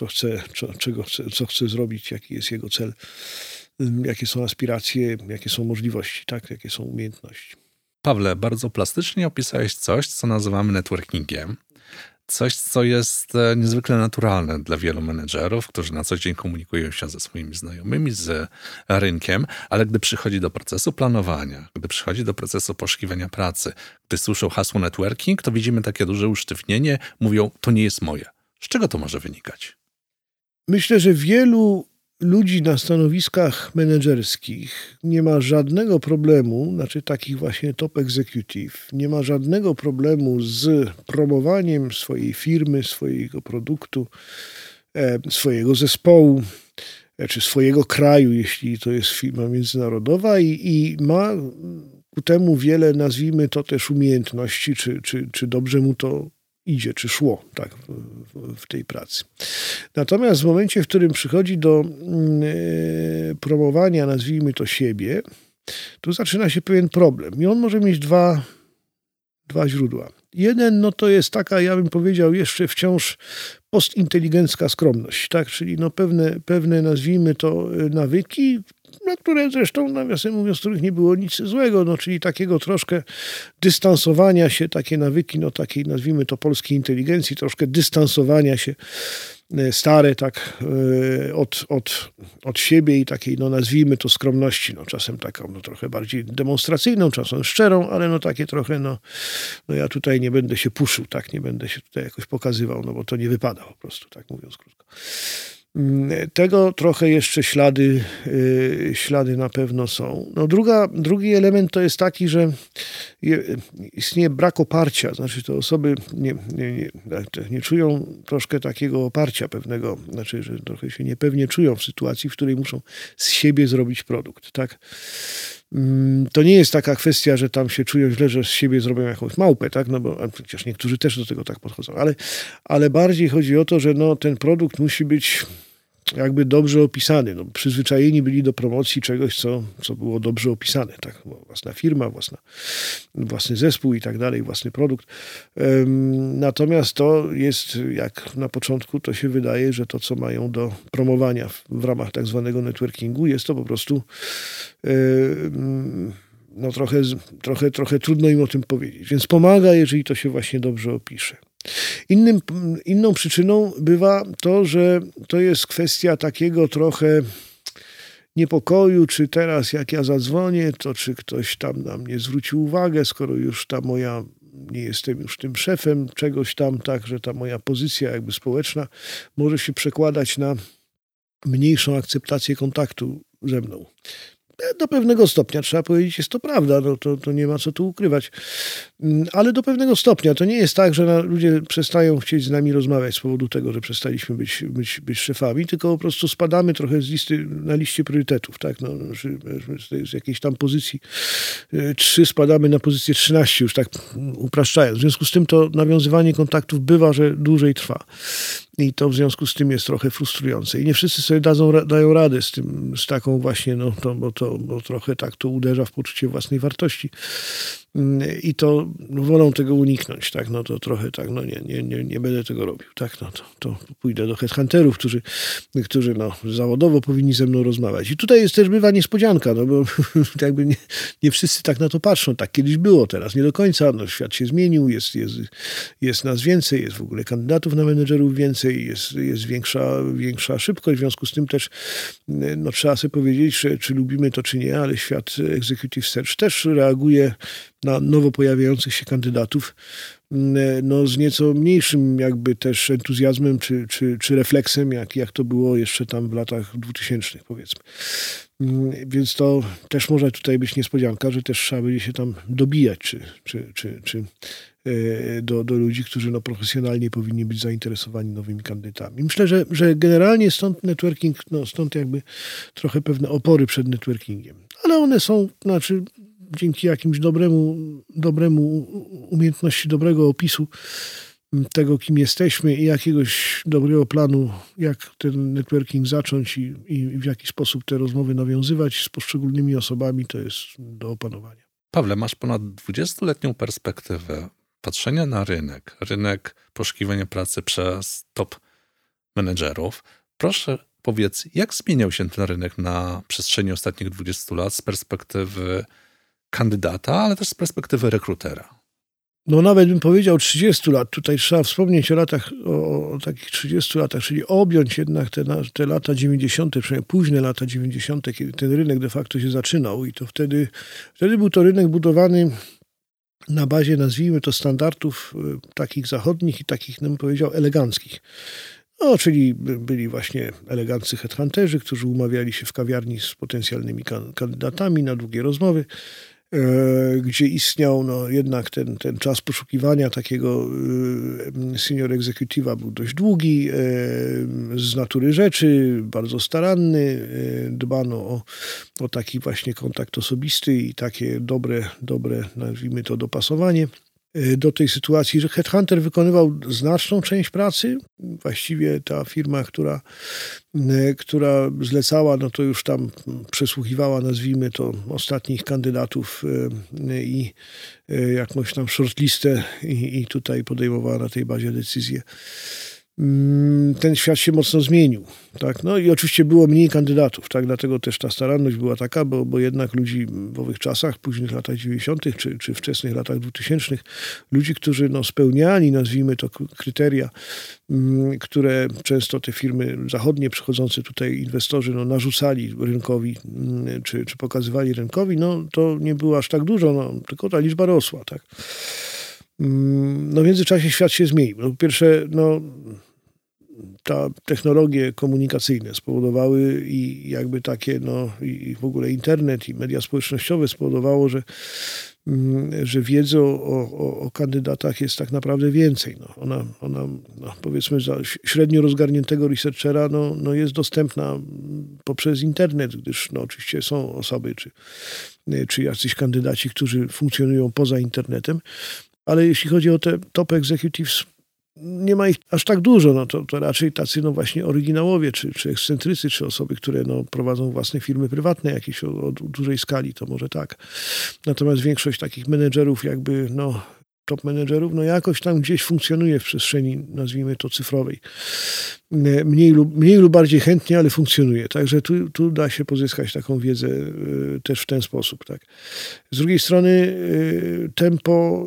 co chce zrobić, jaki jest jego cel, jakie są aspiracje, jakie są możliwości, tak, jakie są umiejętności. Pawle, bardzo plastycznie opisałeś coś, co nazywamy networkingiem. Coś, co jest niezwykle naturalne dla wielu menedżerów, którzy na co dzień komunikują się ze swoimi znajomymi, z rynkiem, ale gdy przychodzi do procesu planowania, gdy przychodzi do procesu poszukiwania pracy, gdy słyszą hasło networking, to widzimy takie duże usztywnienie, mówią, to nie jest moje. Z czego to może wynikać? Myślę, że wielu ludzi na stanowiskach menedżerskich nie ma żadnego problemu, znaczy takich właśnie top executive, nie ma żadnego problemu z promowaniem swojej firmy, swojego produktu, swojego zespołu, czy swojego kraju, jeśli to jest firma międzynarodowa i ma ku temu wiele, nazwijmy to też umiejętności, czy dobrze mu to idzie, czy szło tak w tej pracy. Natomiast w momencie, w którym przychodzi do promowania, nazwijmy to siebie, tu zaczyna się pewien problem. I on może mieć dwa źródła. Jeden, no to jest taka, ja bym powiedział, jeszcze wciąż postinteligencka skromność, tak? Czyli no pewne, nazwijmy to, nawyki, na które zresztą, nawiasem mówiąc, których nie było nic złego, no czyli takiego troszkę dystansowania się, takie nawyki, no takiej, nazwijmy to, polskiej inteligencji, troszkę dystansowania się stare, tak, od siebie i takiej, no nazwijmy to, skromności, no czasem taką, no trochę bardziej demonstracyjną, czasem szczerą, ale no takie trochę, no ja tutaj nie będę się puszył, tak, nie będę się tutaj jakoś pokazywał, no bo to nie wypada po prostu, tak mówiąc krótko. Tego trochę jeszcze ślady na pewno są. No drugi element to jest taki, że istnieje brak oparcia, znaczy te osoby nie czują troszkę takiego oparcia pewnego, znaczy, że trochę się niepewnie czują w sytuacji, w której muszą z siebie zrobić produkt, tak? To nie jest taka kwestia, że tam się czują źle, że z siebie zrobią jakąś małpę, tak? No bo przecież niektórzy też do tego tak podchodzą, ale bardziej chodzi o to, że no, ten produkt musi być jakby dobrze opisany. No, przyzwyczajeni byli do promocji czegoś, co było dobrze opisane. Tak? Własna firma, własny zespół i tak dalej, własny produkt. Natomiast to jest, jak na początku, to się wydaje, że to, co mają do promowania w ramach tak zwanego networkingu, jest to po prostu no trochę trudno im o tym powiedzieć. Więc pomaga, jeżeli to się właśnie dobrze opisze. Inną przyczyną bywa to, że to jest kwestia takiego trochę niepokoju, czy teraz jak ja zadzwonię, to czy ktoś tam na mnie zwróci uwagę, skoro już nie jestem już tym szefem czegoś tam, tak, że ta moja pozycja jakby społeczna może się przekładać na mniejszą akceptację kontaktu ze mną. Do pewnego stopnia, trzeba powiedzieć, jest to prawda, no to nie ma co tu ukrywać. Ale do pewnego stopnia to nie jest tak, że ludzie przestają chcieć z nami rozmawiać z powodu tego, że przestaliśmy być szefami, tylko po prostu spadamy trochę na liście priorytetów. Tak? No, z jakiejś tam pozycji 3 spadamy na pozycję 13, już tak upraszczając. W związku z tym to nawiązywanie kontaktów bywa, że dłużej trwa. I to w związku z tym jest trochę frustrujące. I nie wszyscy sobie dają radę z taką właśnie, bo trochę tak to uderza w poczucie własnej wartości. I to wolą tego uniknąć, tak, no to trochę tak, no nie będę tego robił, tak, no to pójdę do headhunterów, którzy no zawodowo powinni ze mną rozmawiać. I tutaj jest też bywa niespodzianka, no bo jakby nie wszyscy tak na to patrzą, tak kiedyś było, teraz nie do końca, no świat się zmienił, jest nas więcej, jest w ogóle kandydatów na menedżerów więcej, jest większa szybkość, w związku z tym też no trzeba sobie powiedzieć, że czy lubimy to, czy nie, ale świat Executive Search też reaguje na nowo pojawiających się kandydatów no z nieco mniejszym jakby też entuzjazmem czy refleksem, jak to było jeszcze tam w latach 2000 powiedzmy. Więc to też może tutaj być niespodzianka, że też trzeba będzie się tam dobijać czy do ludzi, którzy no profesjonalnie powinni być zainteresowani nowymi kandydatami. Myślę, że generalnie stąd networking, no stąd jakby trochę pewne opory przed networkingiem. Ale one są, dzięki jakimś dobremu umiejętności, dobrego opisu tego, kim jesteśmy i jakiegoś dobrego planu, jak ten networking zacząć i w jaki sposób te rozmowy nawiązywać z poszczególnymi osobami, to jest do opanowania. Pawle, masz ponad 20-letnią perspektywę patrzenia na rynek poszukiwania pracy przez top menedżerów. Proszę powiedz, jak zmieniał się ten rynek na przestrzeni ostatnich 20 lat z perspektywy kandydata, ale też z perspektywy rekrutera? No nawet bym powiedział 30 lat. Tutaj trzeba wspomnieć o takich 30 latach, czyli objąć jednak te lata 90., przynajmniej późne lata 90., kiedy ten rynek de facto się zaczynał i to wtedy był to rynek budowany na bazie, nazwijmy to, standardów takich zachodnich i takich, bym powiedział, eleganckich. No, czyli byli właśnie eleganccy headhunterzy, którzy umawiali się w kawiarni z potencjalnymi kandydatami na długie rozmowy, gdzie istniał no, jednak ten czas poszukiwania takiego senior executive'a był dość długi, z natury rzeczy, bardzo staranny, dbano o taki właśnie kontakt osobisty i takie dobre, nazwijmy to, dopasowanie do tej sytuacji, że headhunter wykonywał znaczną część pracy. Właściwie ta firma, która zlecała, no to już tam przesłuchiwała, nazwijmy to, ostatnich kandydatów i jakąś tam shortlistę i tutaj podejmowała na tej bazie decyzje. Ten świat się mocno zmienił. Tak? No i oczywiście było mniej kandydatów, tak? Dlatego też ta staranność była taka, bo jednak ludzi w owych czasach, późnych latach 90. czy wczesnych latach 2000, ludzi, którzy no, spełniali, nazwijmy to, kryteria, które często te firmy zachodnie przychodzące tutaj inwestorzy no, narzucali rynkowi, czy pokazywali rynkowi, no to nie było aż tak dużo, no, tylko ta liczba rosła. Tak? No w międzyczasie świat się zmienił. No, po pierwsze, no, technologie komunikacyjne spowodowały i jakby takie, no i w ogóle internet i media społecznościowe spowodowało, że wiedzy o kandydatach jest tak naprawdę więcej. No, ona no, powiedzmy za średnio rozgarniętego researchera no jest dostępna poprzez internet, gdyż no, oczywiście są osoby czy jacyś kandydaci, którzy funkcjonują poza internetem, ale jeśli chodzi o te top executives, nie ma ich aż tak dużo, no to raczej tacy no właśnie oryginałowie, czy ekscentrycy, czy osoby, które no prowadzą własne firmy prywatne jakieś o dużej skali, to może tak. Natomiast większość takich menedżerów jakby, no top menedżerów, no jakoś tam gdzieś funkcjonuje w przestrzeni, nazwijmy to cyfrowej. Mniej lub bardziej chętnie, ale funkcjonuje. Także tu da się pozyskać taką wiedzę też w ten sposób. Tak. Z drugiej strony tempo,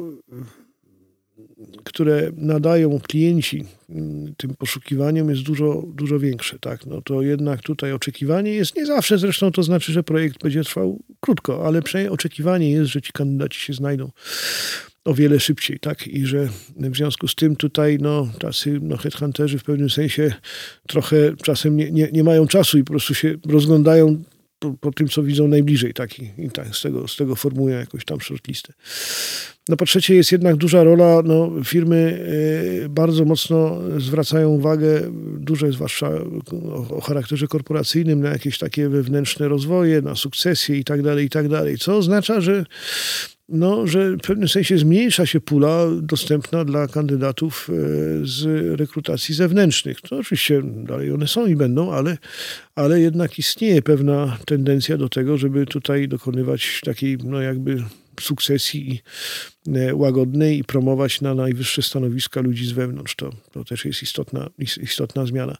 które nadają klienci tym poszukiwaniom jest dużo większe. Tak? No to jednak tutaj oczekiwanie jest, nie zawsze zresztą to znaczy, że projekt będzie trwał krótko, ale przynajmniej oczekiwanie jest, że ci kandydaci się znajdą o wiele szybciej, tak? I że w związku z tym tutaj tacy headhunterzy w pewnym sensie trochę czasem nie mają czasu i po prostu się rozglądają po tym, co widzą najbliżej, tak? I tak z tego formują jakąś tam shortlistę. No po trzecie jest jednak duża rola, firmy bardzo mocno zwracają uwagę, duże zwłaszcza o charakterze korporacyjnym, na jakieś takie wewnętrzne rozwoje, na sukcesję i tak dalej, co oznacza, że w pewnym sensie zmniejsza się pula dostępna dla kandydatów z rekrutacji zewnętrznych. To oczywiście dalej one są i będą, ale jednak istnieje pewna tendencja do tego, żeby tutaj dokonywać takiej jakby sukcesji łagodnej i promować na najwyższe stanowiska ludzi z wewnątrz. To też jest istotna zmiana.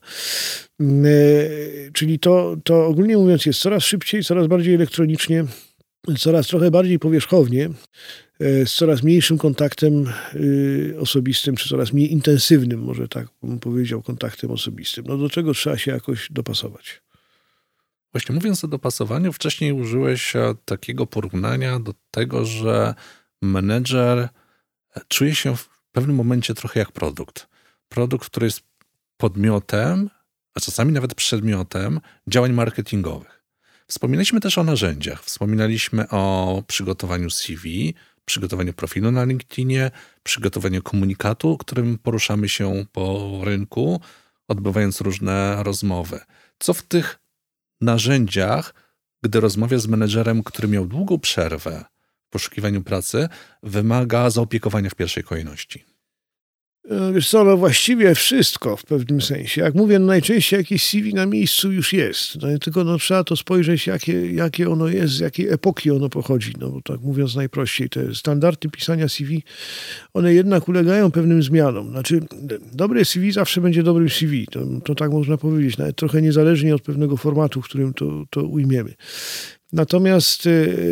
Czyli to ogólnie mówiąc jest coraz szybciej, coraz bardziej elektronicznie, coraz trochę bardziej powierzchownie, z coraz mniejszym kontaktem osobistym, czy coraz mniej intensywnym, może tak bym powiedział, kontaktem osobistym. Do czego trzeba się jakoś dopasować. Właśnie mówiąc o dopasowaniu, wcześniej użyłeś takiego porównania do tego, że menedżer czuje się w pewnym momencie trochę jak produkt. Produkt, który jest podmiotem, a czasami nawet przedmiotem działań marketingowych. Wspominaliśmy też o narzędziach. Wspominaliśmy o przygotowaniu CV, przygotowaniu profilu na LinkedInie, przygotowaniu komunikatu, którym poruszamy się po rynku, odbywając różne rozmowy. Co w tych narzędziach, gdy rozmawia z menedżerem, który miał długą przerwę w poszukiwaniu pracy, wymaga zaopiekowania w pierwszej kolejności? Wiesz co, właściwie wszystko w pewnym sensie. Jak mówię, najczęściej jakieś CV na miejscu już jest. Tylko trzeba to spojrzeć, jakie ono jest, z jakiej epoki ono pochodzi. Bo tak mówiąc najprościej, te standardy pisania CV, one jednak ulegają pewnym zmianom. Znaczy, dobre CV zawsze będzie dobrym CV. To tak można powiedzieć, nawet trochę niezależnie od pewnego formatu, w którym to ujmiemy. Natomiast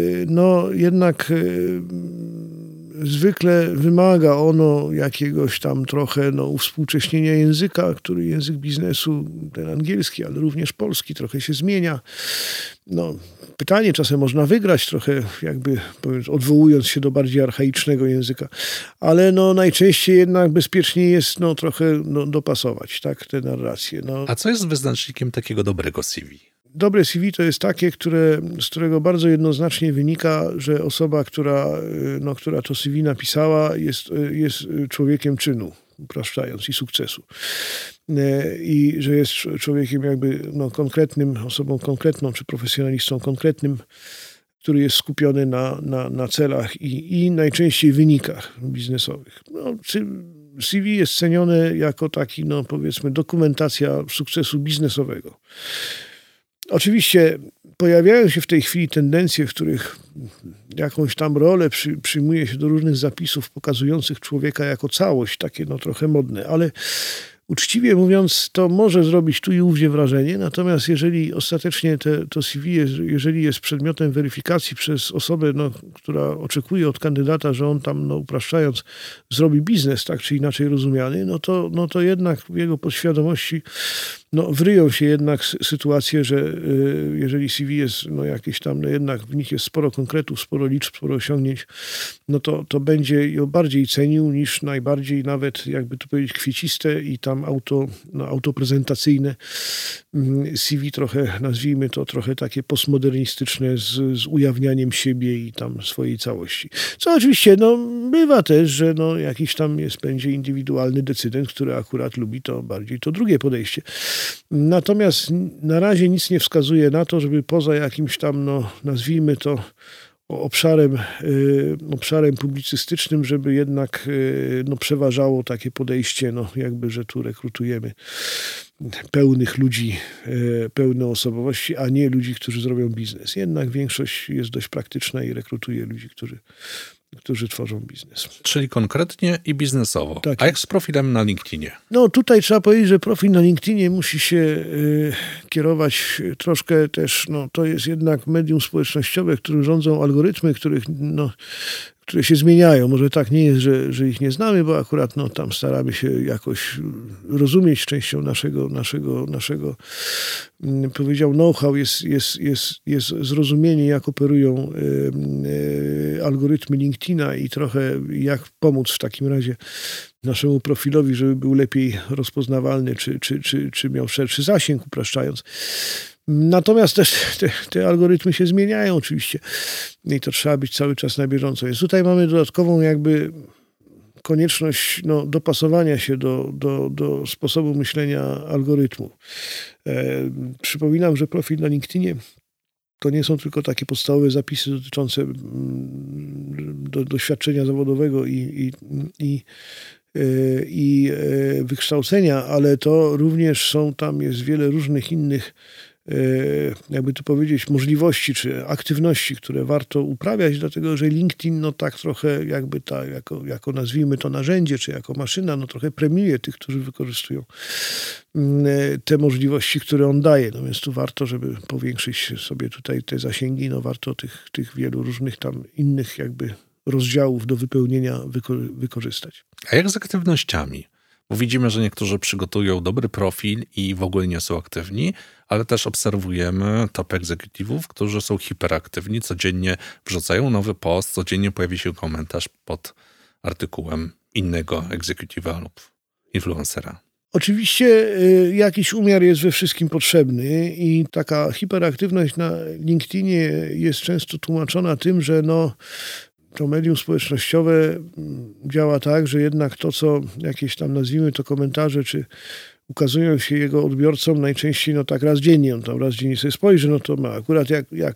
jednak zwykle wymaga ono jakiegoś tam trochę uwspółcześnienia języka, który język biznesu, ten angielski, ale również polski, trochę się zmienia. Pytanie czasem można wygrać trochę, jakby odwołując się do bardziej archaicznego języka, ale najczęściej jednak bezpiecznie jest trochę dopasować tak, te narracje. A co jest wyznacznikiem takiego dobrego CV? Dobre CV to jest takie, z którego bardzo jednoznacznie wynika, że osoba, która to CV napisała, jest człowiekiem czynu, upraszczając, i sukcesu. I że jest człowiekiem jakby konkretnym, osobą konkretną, czy profesjonalistą konkretnym, który jest skupiony na celach i najczęściej wynikach biznesowych. CV jest cenione jako taki, powiedzmy, dokumentacja sukcesu biznesowego. Oczywiście pojawiają się w tej chwili tendencje, w których jakąś tam rolę przyjmuje się do różnych zapisów pokazujących człowieka jako całość, takie trochę modne, ale uczciwie mówiąc, to może zrobić tu i ówdzie wrażenie, natomiast jeżeli ostatecznie to CV jeżeli jest przedmiotem weryfikacji przez osobę, która oczekuje od kandydata, że on tam, upraszczając, zrobi biznes, tak czy inaczej rozumiany, to jednak w jego podświadomości wryją się jednak sytuacje, że jeżeli CV jest jakieś tam, jednak w nich jest sporo konkretów, sporo liczb, sporo osiągnięć, to będzie ją bardziej cenił niż najbardziej nawet, jakby tu powiedzieć, kwieciste i tam autoprezentacyjne CV, trochę nazwijmy to trochę takie postmodernistyczne z ujawnianiem siebie i tam swojej całości. Co oczywiście bywa też, że jakiś tam będzie indywidualny decydent, który akurat lubi to bardziej to drugie podejście. Natomiast na razie nic nie wskazuje na to, żeby poza jakimś tam, nazwijmy to, obszarem publicystycznym, żeby jednak przeważało takie podejście, jakby, że tu rekrutujemy pełnych ludzi, pełne osobowości, a nie ludzi, którzy zrobią biznes. Jednak większość jest dość praktyczna i rekrutuje ludzi, którzy tworzą biznes. Czyli konkretnie i biznesowo. Tak. A jak z profilem na LinkedInie? Tutaj trzeba powiedzieć, że profil na LinkedInie musi się kierować troszkę też, to jest jednak medium społecznościowe, którym rządzą algorytmy, które się zmieniają. Może tak nie jest, że ich nie znamy, bo akurat tam staramy się jakoś rozumieć częścią naszego powiedział know-how jest zrozumienie, jak operują algorytmy LinkedIna i trochę jak pomóc w takim razie naszemu profilowi, żeby był lepiej rozpoznawalny, czy miał szerszy zasięg, upraszczając. Natomiast też te algorytmy się zmieniają oczywiście i to trzeba być cały czas na bieżąco. Więc tutaj mamy dodatkową jakby konieczność dopasowania się do sposobu myślenia algorytmu. Przypominam, że profil na LinkedInie to nie są tylko takie podstawowe zapisy dotyczące doświadczenia zawodowego i wykształcenia, ale to również jest wiele różnych innych, jakby to powiedzieć, możliwości czy aktywności, które warto uprawiać, dlatego że LinkedIn tak trochę jakby jako nazwijmy to narzędzie, czy jako maszyna, trochę premiuje tych, którzy wykorzystują te możliwości, które on daje. Więc tu warto, żeby powiększyć sobie tutaj te zasięgi, warto tych wielu różnych tam innych jakby rozdziałów do wypełnienia wykorzystać. A jak z aktywnościami? Bo widzimy, że niektórzy przygotują dobry profil i w ogóle nie są aktywni, ale też obserwujemy top egzekutywów, którzy są hiperaktywni, codziennie wrzucają nowy post, codziennie pojawi się komentarz pod artykułem innego egzekutywa lub influencera. Oczywiście jakiś umiar jest we wszystkim potrzebny i taka hiperaktywność na LinkedInie jest często tłumaczona tym, że to medium społecznościowe działa tak, że jednak to, co jakieś tam nazwijmy to komentarze, czy ukazują się jego odbiorcom najczęściej tak raz dziennie. On tam raz dziennie sobie spojrzy, to ma akurat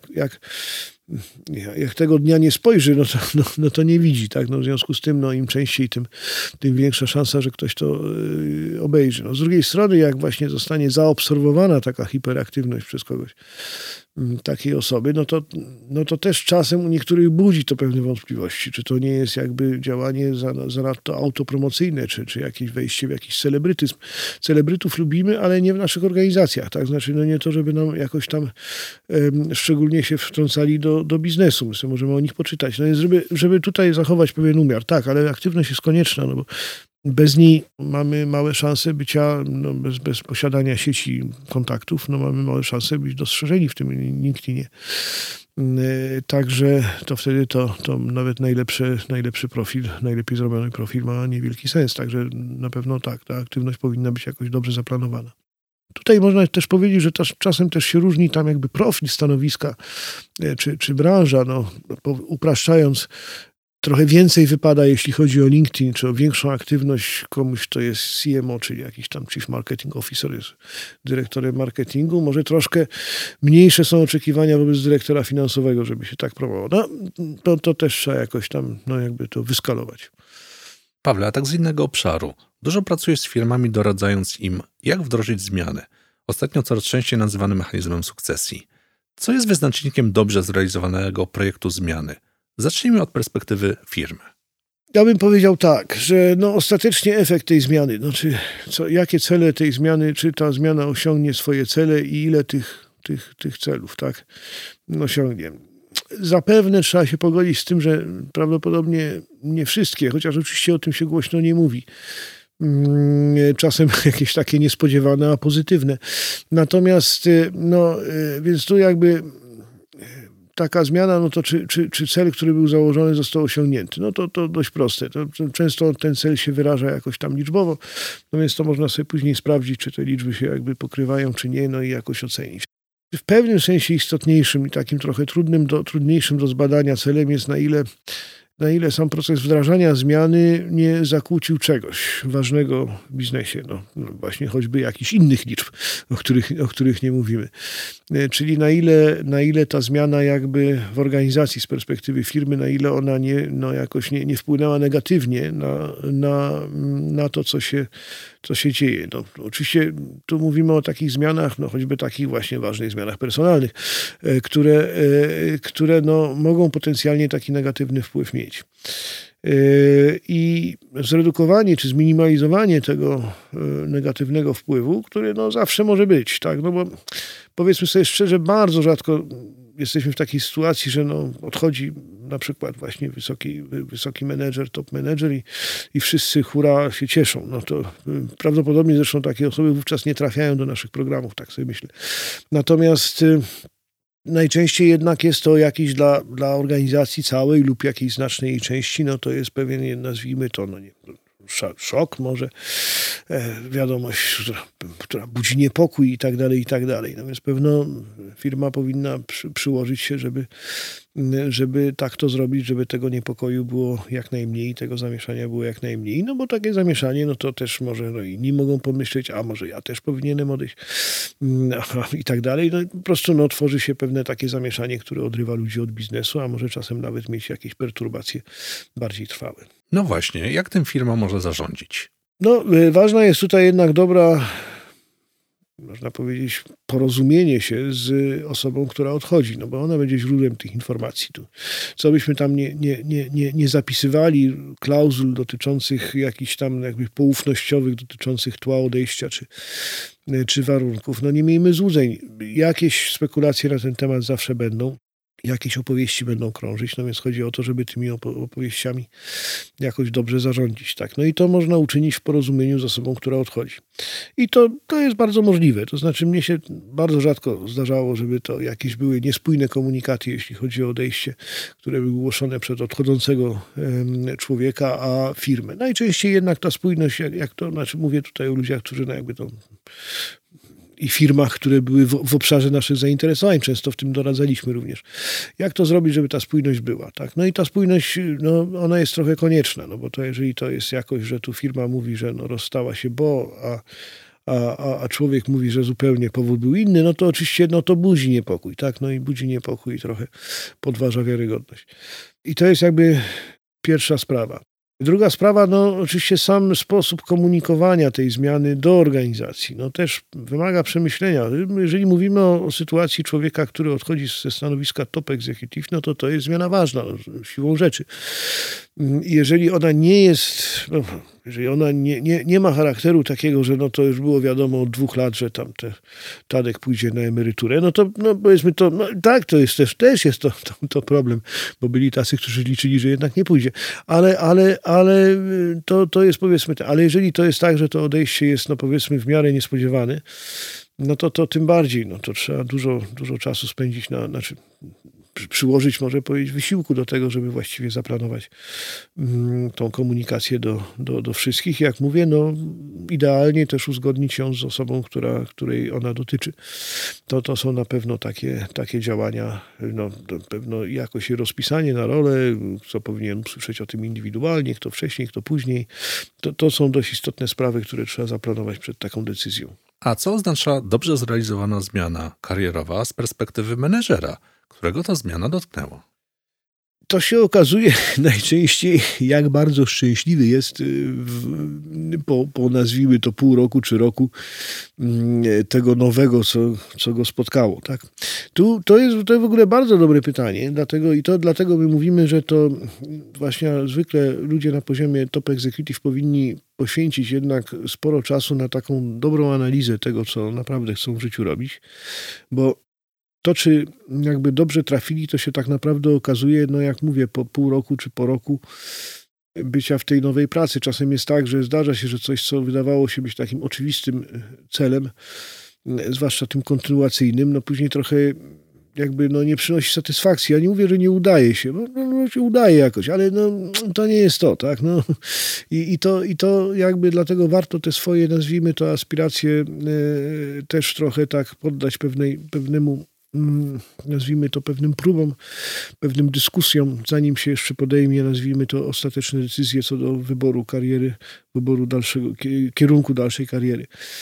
jak tego dnia nie spojrzy, to nie widzi. Tak? W związku z tym im częściej, tym większa szansa, że ktoś to obejrzy. Z drugiej strony, jak właśnie zostanie zaobserwowana taka hiperaktywność przez kogoś, takiej osoby, to też czasem u niektórych budzi to pewne wątpliwości. Czy to nie jest jakby działanie zanadto autopromocyjne, czy jakieś wejście w jakiś celebrytyzm. Celebrytów lubimy, ale nie w naszych organizacjach. Tak? Znaczy, nie to, żeby nam jakoś tam szczególnie się wtrącali do biznesu. My sobie możemy o nich poczytać. Więc żeby tutaj zachować pewien umiar. Tak, ale aktywność jest konieczna, bo bez niej mamy małe szanse bycia, bez posiadania sieci kontaktów, mamy małe szanse być dostrzeżeni w tym LinkedInie. Także to wtedy to nawet najlepszy profil, najlepiej zrobiony profil ma niewielki sens. Także na pewno tak, ta aktywność powinna być jakoś dobrze zaplanowana. Tutaj można też powiedzieć, że czasem też się różni tam jakby profil stanowiska czy branża, upraszczając. Trochę więcej wypada, jeśli chodzi o LinkedIn, czy o większą aktywność komuś, kto jest CMO, czyli jakiś tam Chief Marketing Officer, jest dyrektorem marketingu. Może troszkę mniejsze są oczekiwania wobec dyrektora finansowego, żeby się tak promował. To też trzeba jakoś tam jakby to wyskalować. Pawle, a tak z innego obszaru. Dużo pracujesz z firmami, doradzając im, jak wdrożyć zmiany. Ostatnio coraz częściej nazywany mechanizmem sukcesji. Co jest wyznacznikiem dobrze zrealizowanego projektu zmiany? Zacznijmy od perspektywy firmy. Ja bym powiedział tak, że ostatecznie efekt tej zmiany, jakie cele tej zmiany, czy ta zmiana osiągnie swoje cele i ile tych celów tak osiągnie. Zapewne trzeba się pogodzić z tym, że prawdopodobnie nie wszystkie, chociaż oczywiście o tym się głośno nie mówi. Czasem jakieś takie niespodziewane, a pozytywne. Natomiast więc tu jakby taka zmiana, to czy cel, który był założony, został osiągnięty? To dość proste. To często ten cel się wyraża jakoś tam liczbowo, więc to można sobie później sprawdzić, czy te liczby się jakby pokrywają, czy nie, i jakoś ocenić. W pewnym sensie istotniejszym i takim trochę trudniejszym do zbadania celem jest, na ile na ile sam proces wdrażania zmiany nie zakłócił czegoś ważnego w biznesie. No właśnie choćby jakichś innych liczb, o których nie mówimy. Czyli na ile ta zmiana jakby w organizacji z perspektywy firmy, na ile ona jakoś nie wpłynęła negatywnie na to, co się dzieje. No, oczywiście tu mówimy o takich zmianach, no choćby takich właśnie ważnych zmianach personalnych, które mogą potencjalnie taki negatywny wpływ mieć. I zredukowanie czy zminimalizowanie tego negatywnego wpływu, który zawsze może być, tak? No bo powiedzmy sobie szczerze, bardzo rzadko jesteśmy w takiej sytuacji, że odchodzi na przykład właśnie wysoki menedżer, top menedżer i wszyscy hura się cieszą. No to prawdopodobnie zresztą takie osoby wówczas nie trafiają do naszych programów, tak sobie myślę. Natomiast najczęściej jednak jest to jakiś dla organizacji całej lub jakiejś znacznej jej części, no to jest pewien, nazwijmy to, szok może, wiadomość, która budzi niepokój i tak dalej, i tak dalej. No więc pewno firma powinna przyłożyć się, żeby tak to zrobić, żeby tego niepokoju było jak najmniej, tego zamieszania było jak najmniej. No bo takie zamieszanie, no to też może inni mogą pomyśleć, a może ja też powinienem odejść i tak dalej. No po prostu tworzy się pewne takie zamieszanie, które odrywa ludzi od biznesu, a może czasem nawet mieć jakieś perturbacje bardziej trwałe. No właśnie, jak tym firma może zarządzić? No, ważna jest tutaj jednak dobra, można powiedzieć, porozumienie się z osobą, która odchodzi, no bo ona będzie źródłem tych informacji. Co byśmy tam nie zapisywali, klauzul dotyczących jakichś tam jakby poufnościowych, dotyczących tła odejścia czy warunków. No nie miejmy złudzeń. Jakieś spekulacje na ten temat zawsze będą. Jakieś opowieści będą krążyć, no więc chodzi o to, żeby tymi opowieściami jakoś dobrze zarządzić. Tak? No i to można uczynić w porozumieniu z osobą, która odchodzi. I to jest bardzo możliwe. To znaczy mnie się bardzo rzadko zdarzało, żeby to jakieś były niespójne komunikaty, jeśli chodzi o odejście, które były głoszone przed odchodzącego człowieka, a firmę. Najczęściej jednak ta spójność, mówię tutaj o ludziach, którzy jakby to i firmach, które były w obszarze naszych zainteresowań. Często w tym doradzaliśmy również. Jak to zrobić, żeby ta spójność była? Tak? No i ta spójność, ona jest trochę konieczna, no bo to jeżeli to jest jakoś, że tu firma mówi, że rozstała się, a człowiek mówi, że zupełnie powód był inny, no to oczywiście to budzi niepokój. Tak? No i budzi niepokój i trochę podważa wiarygodność. I to jest jakby pierwsza sprawa. Druga sprawa, oczywiście sam sposób komunikowania tej zmiany do organizacji, też wymaga przemyślenia. Jeżeli mówimy o sytuacji człowieka, który odchodzi ze stanowiska top executive, to jest zmiana ważna, siłą rzeczy. Jeżeli ona nie jest, jeżeli ona nie ma charakteru takiego, że to już było wiadomo od 2 lat, że tam Tadek pójdzie na emeryturę, to powiedzmy to, tak, to jest też jest to problem, bo byli tacy, którzy liczyli, że jednak nie pójdzie. Ale to jest powiedzmy, ale jeżeli to jest tak, że to odejście jest powiedzmy w miarę niespodziewane, to tym bardziej, to trzeba dużo czasu spędzić przyłożyć, może powiedzieć, wysiłku do tego, żeby właściwie zaplanować tą komunikację do wszystkich. Jak mówię, idealnie też uzgodnić ją z osobą, której ona dotyczy. To są na pewno takie działania, na pewno jakoś rozpisanie na rolę, kto powinien usłyszeć o tym indywidualnie, kto wcześniej, kto później. To są dość istotne sprawy, które trzeba zaplanować przed taką decyzją. A co oznacza dobrze zrealizowana zmiana karierowa z perspektywy menedżera, którego ta zmiana dotknęła? To się okazuje najczęściej, jak bardzo szczęśliwy jest po nazwijmy to pół roku czy roku tego nowego, co go spotkało. Tak? To jest w ogóle bardzo dobre pytanie, dlatego my mówimy, że to właśnie zwykle ludzie na poziomie top executive powinni poświęcić jednak sporo czasu na taką dobrą analizę tego, co naprawdę chcą w życiu robić, bo to, czy jakby dobrze trafili, to się tak naprawdę okazuje, jak mówię, po pół roku czy po roku bycia w tej nowej pracy. Czasem jest tak, że zdarza się, że coś, co wydawało się być takim oczywistym celem, zwłaszcza tym kontynuacyjnym, później trochę jakby nie przynosi satysfakcji. Ja nie mówię, że nie udaje się. Się udaje jakoś, ale to nie jest to, tak? I to jakby dlatego warto te swoje, nazwijmy to, aspiracje też trochę tak poddać pewnemu nazwijmy to pewnym próbom, pewnym dyskusjom, zanim się jeszcze podejmie, nazwijmy to ostateczne decyzje co do wyboru kariery, wyboru kierunku dalszej kariery.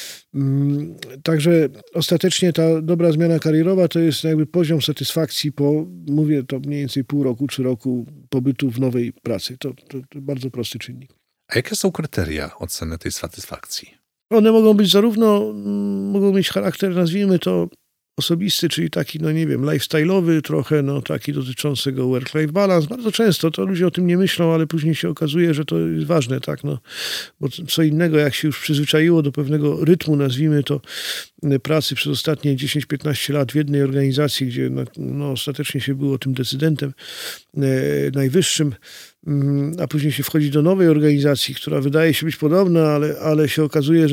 Także ostatecznie ta dobra zmiana karierowa to jest jakby poziom satysfakcji po, mówię to mniej więcej pół roku czy roku pobytu w nowej pracy. To bardzo prosty czynnik. A jakie są kryteria oceny tej satysfakcji? One mogą mieć charakter, nazwijmy to osobisty, czyli taki, lifestyle'owy trochę, taki dotyczącego work-life balance. Bardzo często to ludzie o tym nie myślą, ale później się okazuje, że to jest ważne, tak, bo co innego, jak się już przyzwyczaiło do pewnego rytmu, nazwijmy to, pracy przez ostatnie 10-15 lat w jednej organizacji, gdzie ostatecznie się było tym decydentem najwyższym, a później się wchodzi do nowej organizacji, która wydaje się być podobna, ale się okazuje,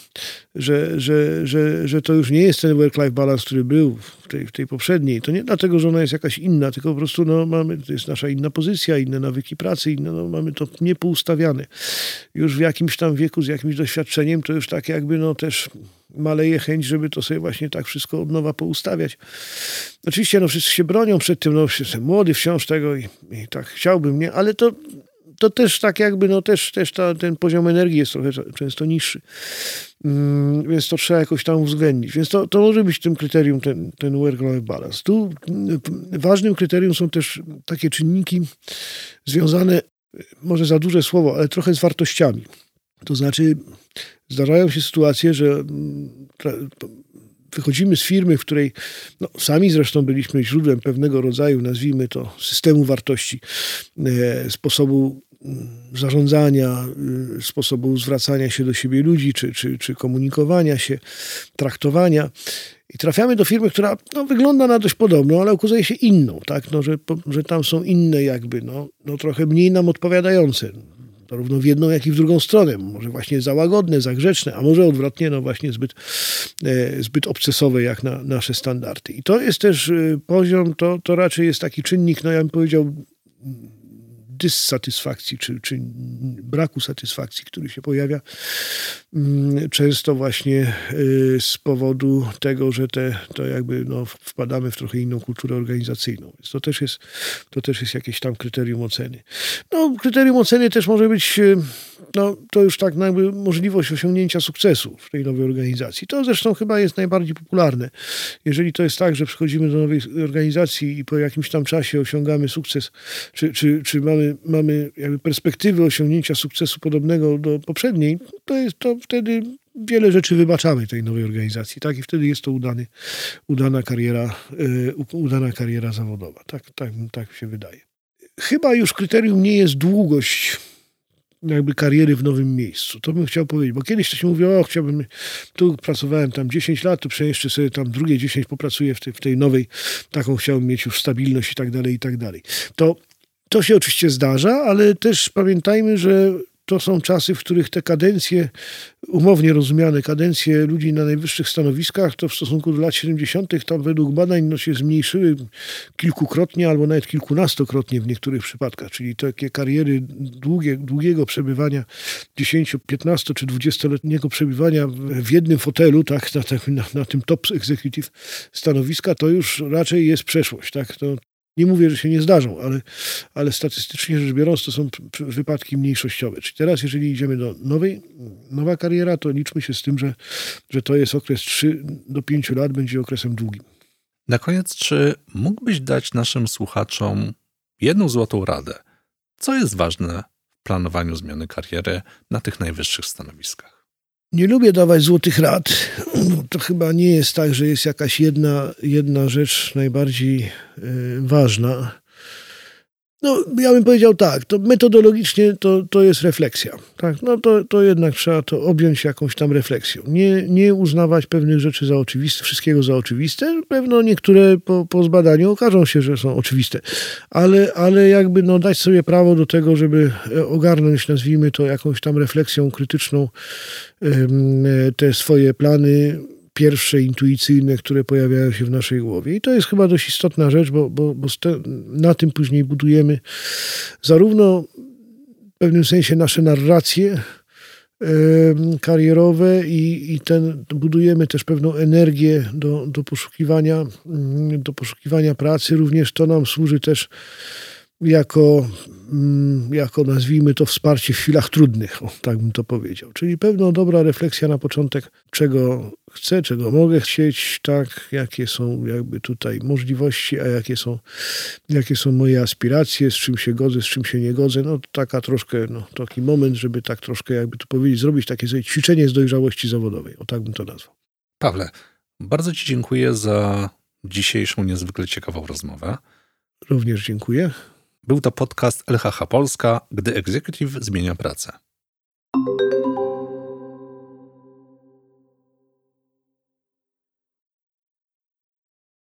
że to już nie jest ten work-life balance, który był w tej poprzedniej. To nie dlatego, że ona jest jakaś inna, tylko po prostu to jest nasza inna pozycja, inne nawyki pracy, mamy to niepoustawiane. Już w jakimś tam wieku, z jakimś doświadczeniem, to już tak jakby też maleje chęć, żeby to sobie właśnie tak wszystko od nowa poustawiać. Oczywiście wszyscy się bronią przed tym, jestem młody wciąż tego i tak chciałbym, nie? Ale to też tak jakby, ten poziom energii jest trochę często niższy. Więc to trzeba jakoś tam uwzględnić. Więc to może być tym kryterium, ten work-life balance. Tu ważnym kryterium są też takie czynniki związane, może za duże słowo, ale trochę z wartościami. To znaczy zdarzają się sytuacje, że wychodzimy z firmy, w której sami zresztą byliśmy źródłem pewnego rodzaju, nazwijmy to, systemu wartości, sposobu zarządzania, sposobu zwracania się do siebie ludzi, czy komunikowania się, traktowania. I trafiamy do firmy, która wygląda na dość podobną, ale okazuje się inną, tak? Że tam są inne jakby, trochę mniej nam odpowiadające. Zarówno w jedną, jak i w drugą stronę. Może właśnie za łagodne, za grzeczne, a może odwrotnie, właśnie zbyt obcesowe jak na nasze standardy. I to jest też poziom, to raczej jest taki czynnik, ja bym powiedział, dysatysfakcji, czy braku satysfakcji, który się pojawia często właśnie z powodu tego, że to jakby wpadamy w trochę inną kulturę organizacyjną. Więc to też jest jakieś tam kryterium oceny. Kryterium oceny też może być to już tak jakby możliwość osiągnięcia sukcesu w tej nowej organizacji. To zresztą chyba jest najbardziej popularne. Jeżeli to jest tak, że przychodzimy do nowej organizacji i po jakimś tam czasie osiągamy sukces, czy mamy jakby perspektywy osiągnięcia sukcesu podobnego do poprzedniej, to wtedy wiele rzeczy wybaczamy tej nowej organizacji, tak? I wtedy jest to udana kariera zawodowa. Tak się wydaje. Chyba już kryterium nie jest długość jakby kariery w nowym miejscu. To bym chciał powiedzieć, bo kiedyś to się mówiło, tu pracowałem tam 10 lat, to przecież sobie tam drugie 10 popracuję w tej nowej, taką chciałbym mieć już stabilność i tak dalej, i tak dalej. To się oczywiście zdarza, ale też pamiętajmy, że to są czasy, w których te kadencje, umownie rozumiane kadencje ludzi na najwyższych stanowiskach, to w stosunku do lat 70. tam według badań się zmniejszyły kilkukrotnie albo nawet kilkunastokrotnie w niektórych przypadkach. Czyli takie kariery długiego przebywania, 10, 15 czy 20-letniego przebywania w jednym fotelu, tak, na tym top executive stanowiska, to już raczej jest przeszłość. Tak? Nie mówię, że się nie zdarzą, ale statystycznie rzecz biorąc to są wypadki mniejszościowe. Czyli teraz, jeżeli idziemy do nowa kariera, to liczmy się z tym, że to jest okres 3 do 5 lat, będzie okresem długim. Na koniec, czy mógłbyś dać naszym słuchaczom jedną złotą radę? Co jest ważne w planowaniu zmiany kariery na tych najwyższych stanowiskach? Nie lubię dawać złotych rad. To chyba nie jest tak, że jest jakaś jedna rzecz najbardziej ważna. Ja bym powiedział tak, to metodologicznie to jest refleksja. Tak? To jednak trzeba to objąć jakąś tam refleksją. Nie uznawać pewnych rzeczy za oczywiste, wszystkiego za oczywiste. Pewno niektóre po zbadaniu okażą się, że są oczywiste. Ale jakby dać sobie prawo do tego, żeby ogarnąć, nazwijmy to, jakąś tam refleksją krytyczną te swoje plany pierwsze, intuicyjne, które pojawiają się w naszej głowie. I to jest chyba dość istotna rzecz, bo na tym później budujemy zarówno w pewnym sensie nasze narracje karierowe i budujemy też pewną energię do poszukiwania pracy. Również to nam służy też jako nazwijmy to wsparcie w chwilach trudnych, tak bym to powiedział. Czyli pewna dobra refleksja na początek, czego chcę, czego mogę chcieć, tak, jakie są jakby tutaj możliwości, a jakie są moje aspiracje, z czym się godzę, z czym się nie godzę. No taka troszkę, taki moment, żeby tak troszkę jakby tu powiedzieć, zrobić takie sobie ćwiczenie z dojrzałości zawodowej. O tak bym to nazwał. Pawle, bardzo Ci dziękuję za dzisiejszą niezwykle ciekawą rozmowę. Również dziękuję. Był to podcast LHH Polska, gdy executive zmienia pracę.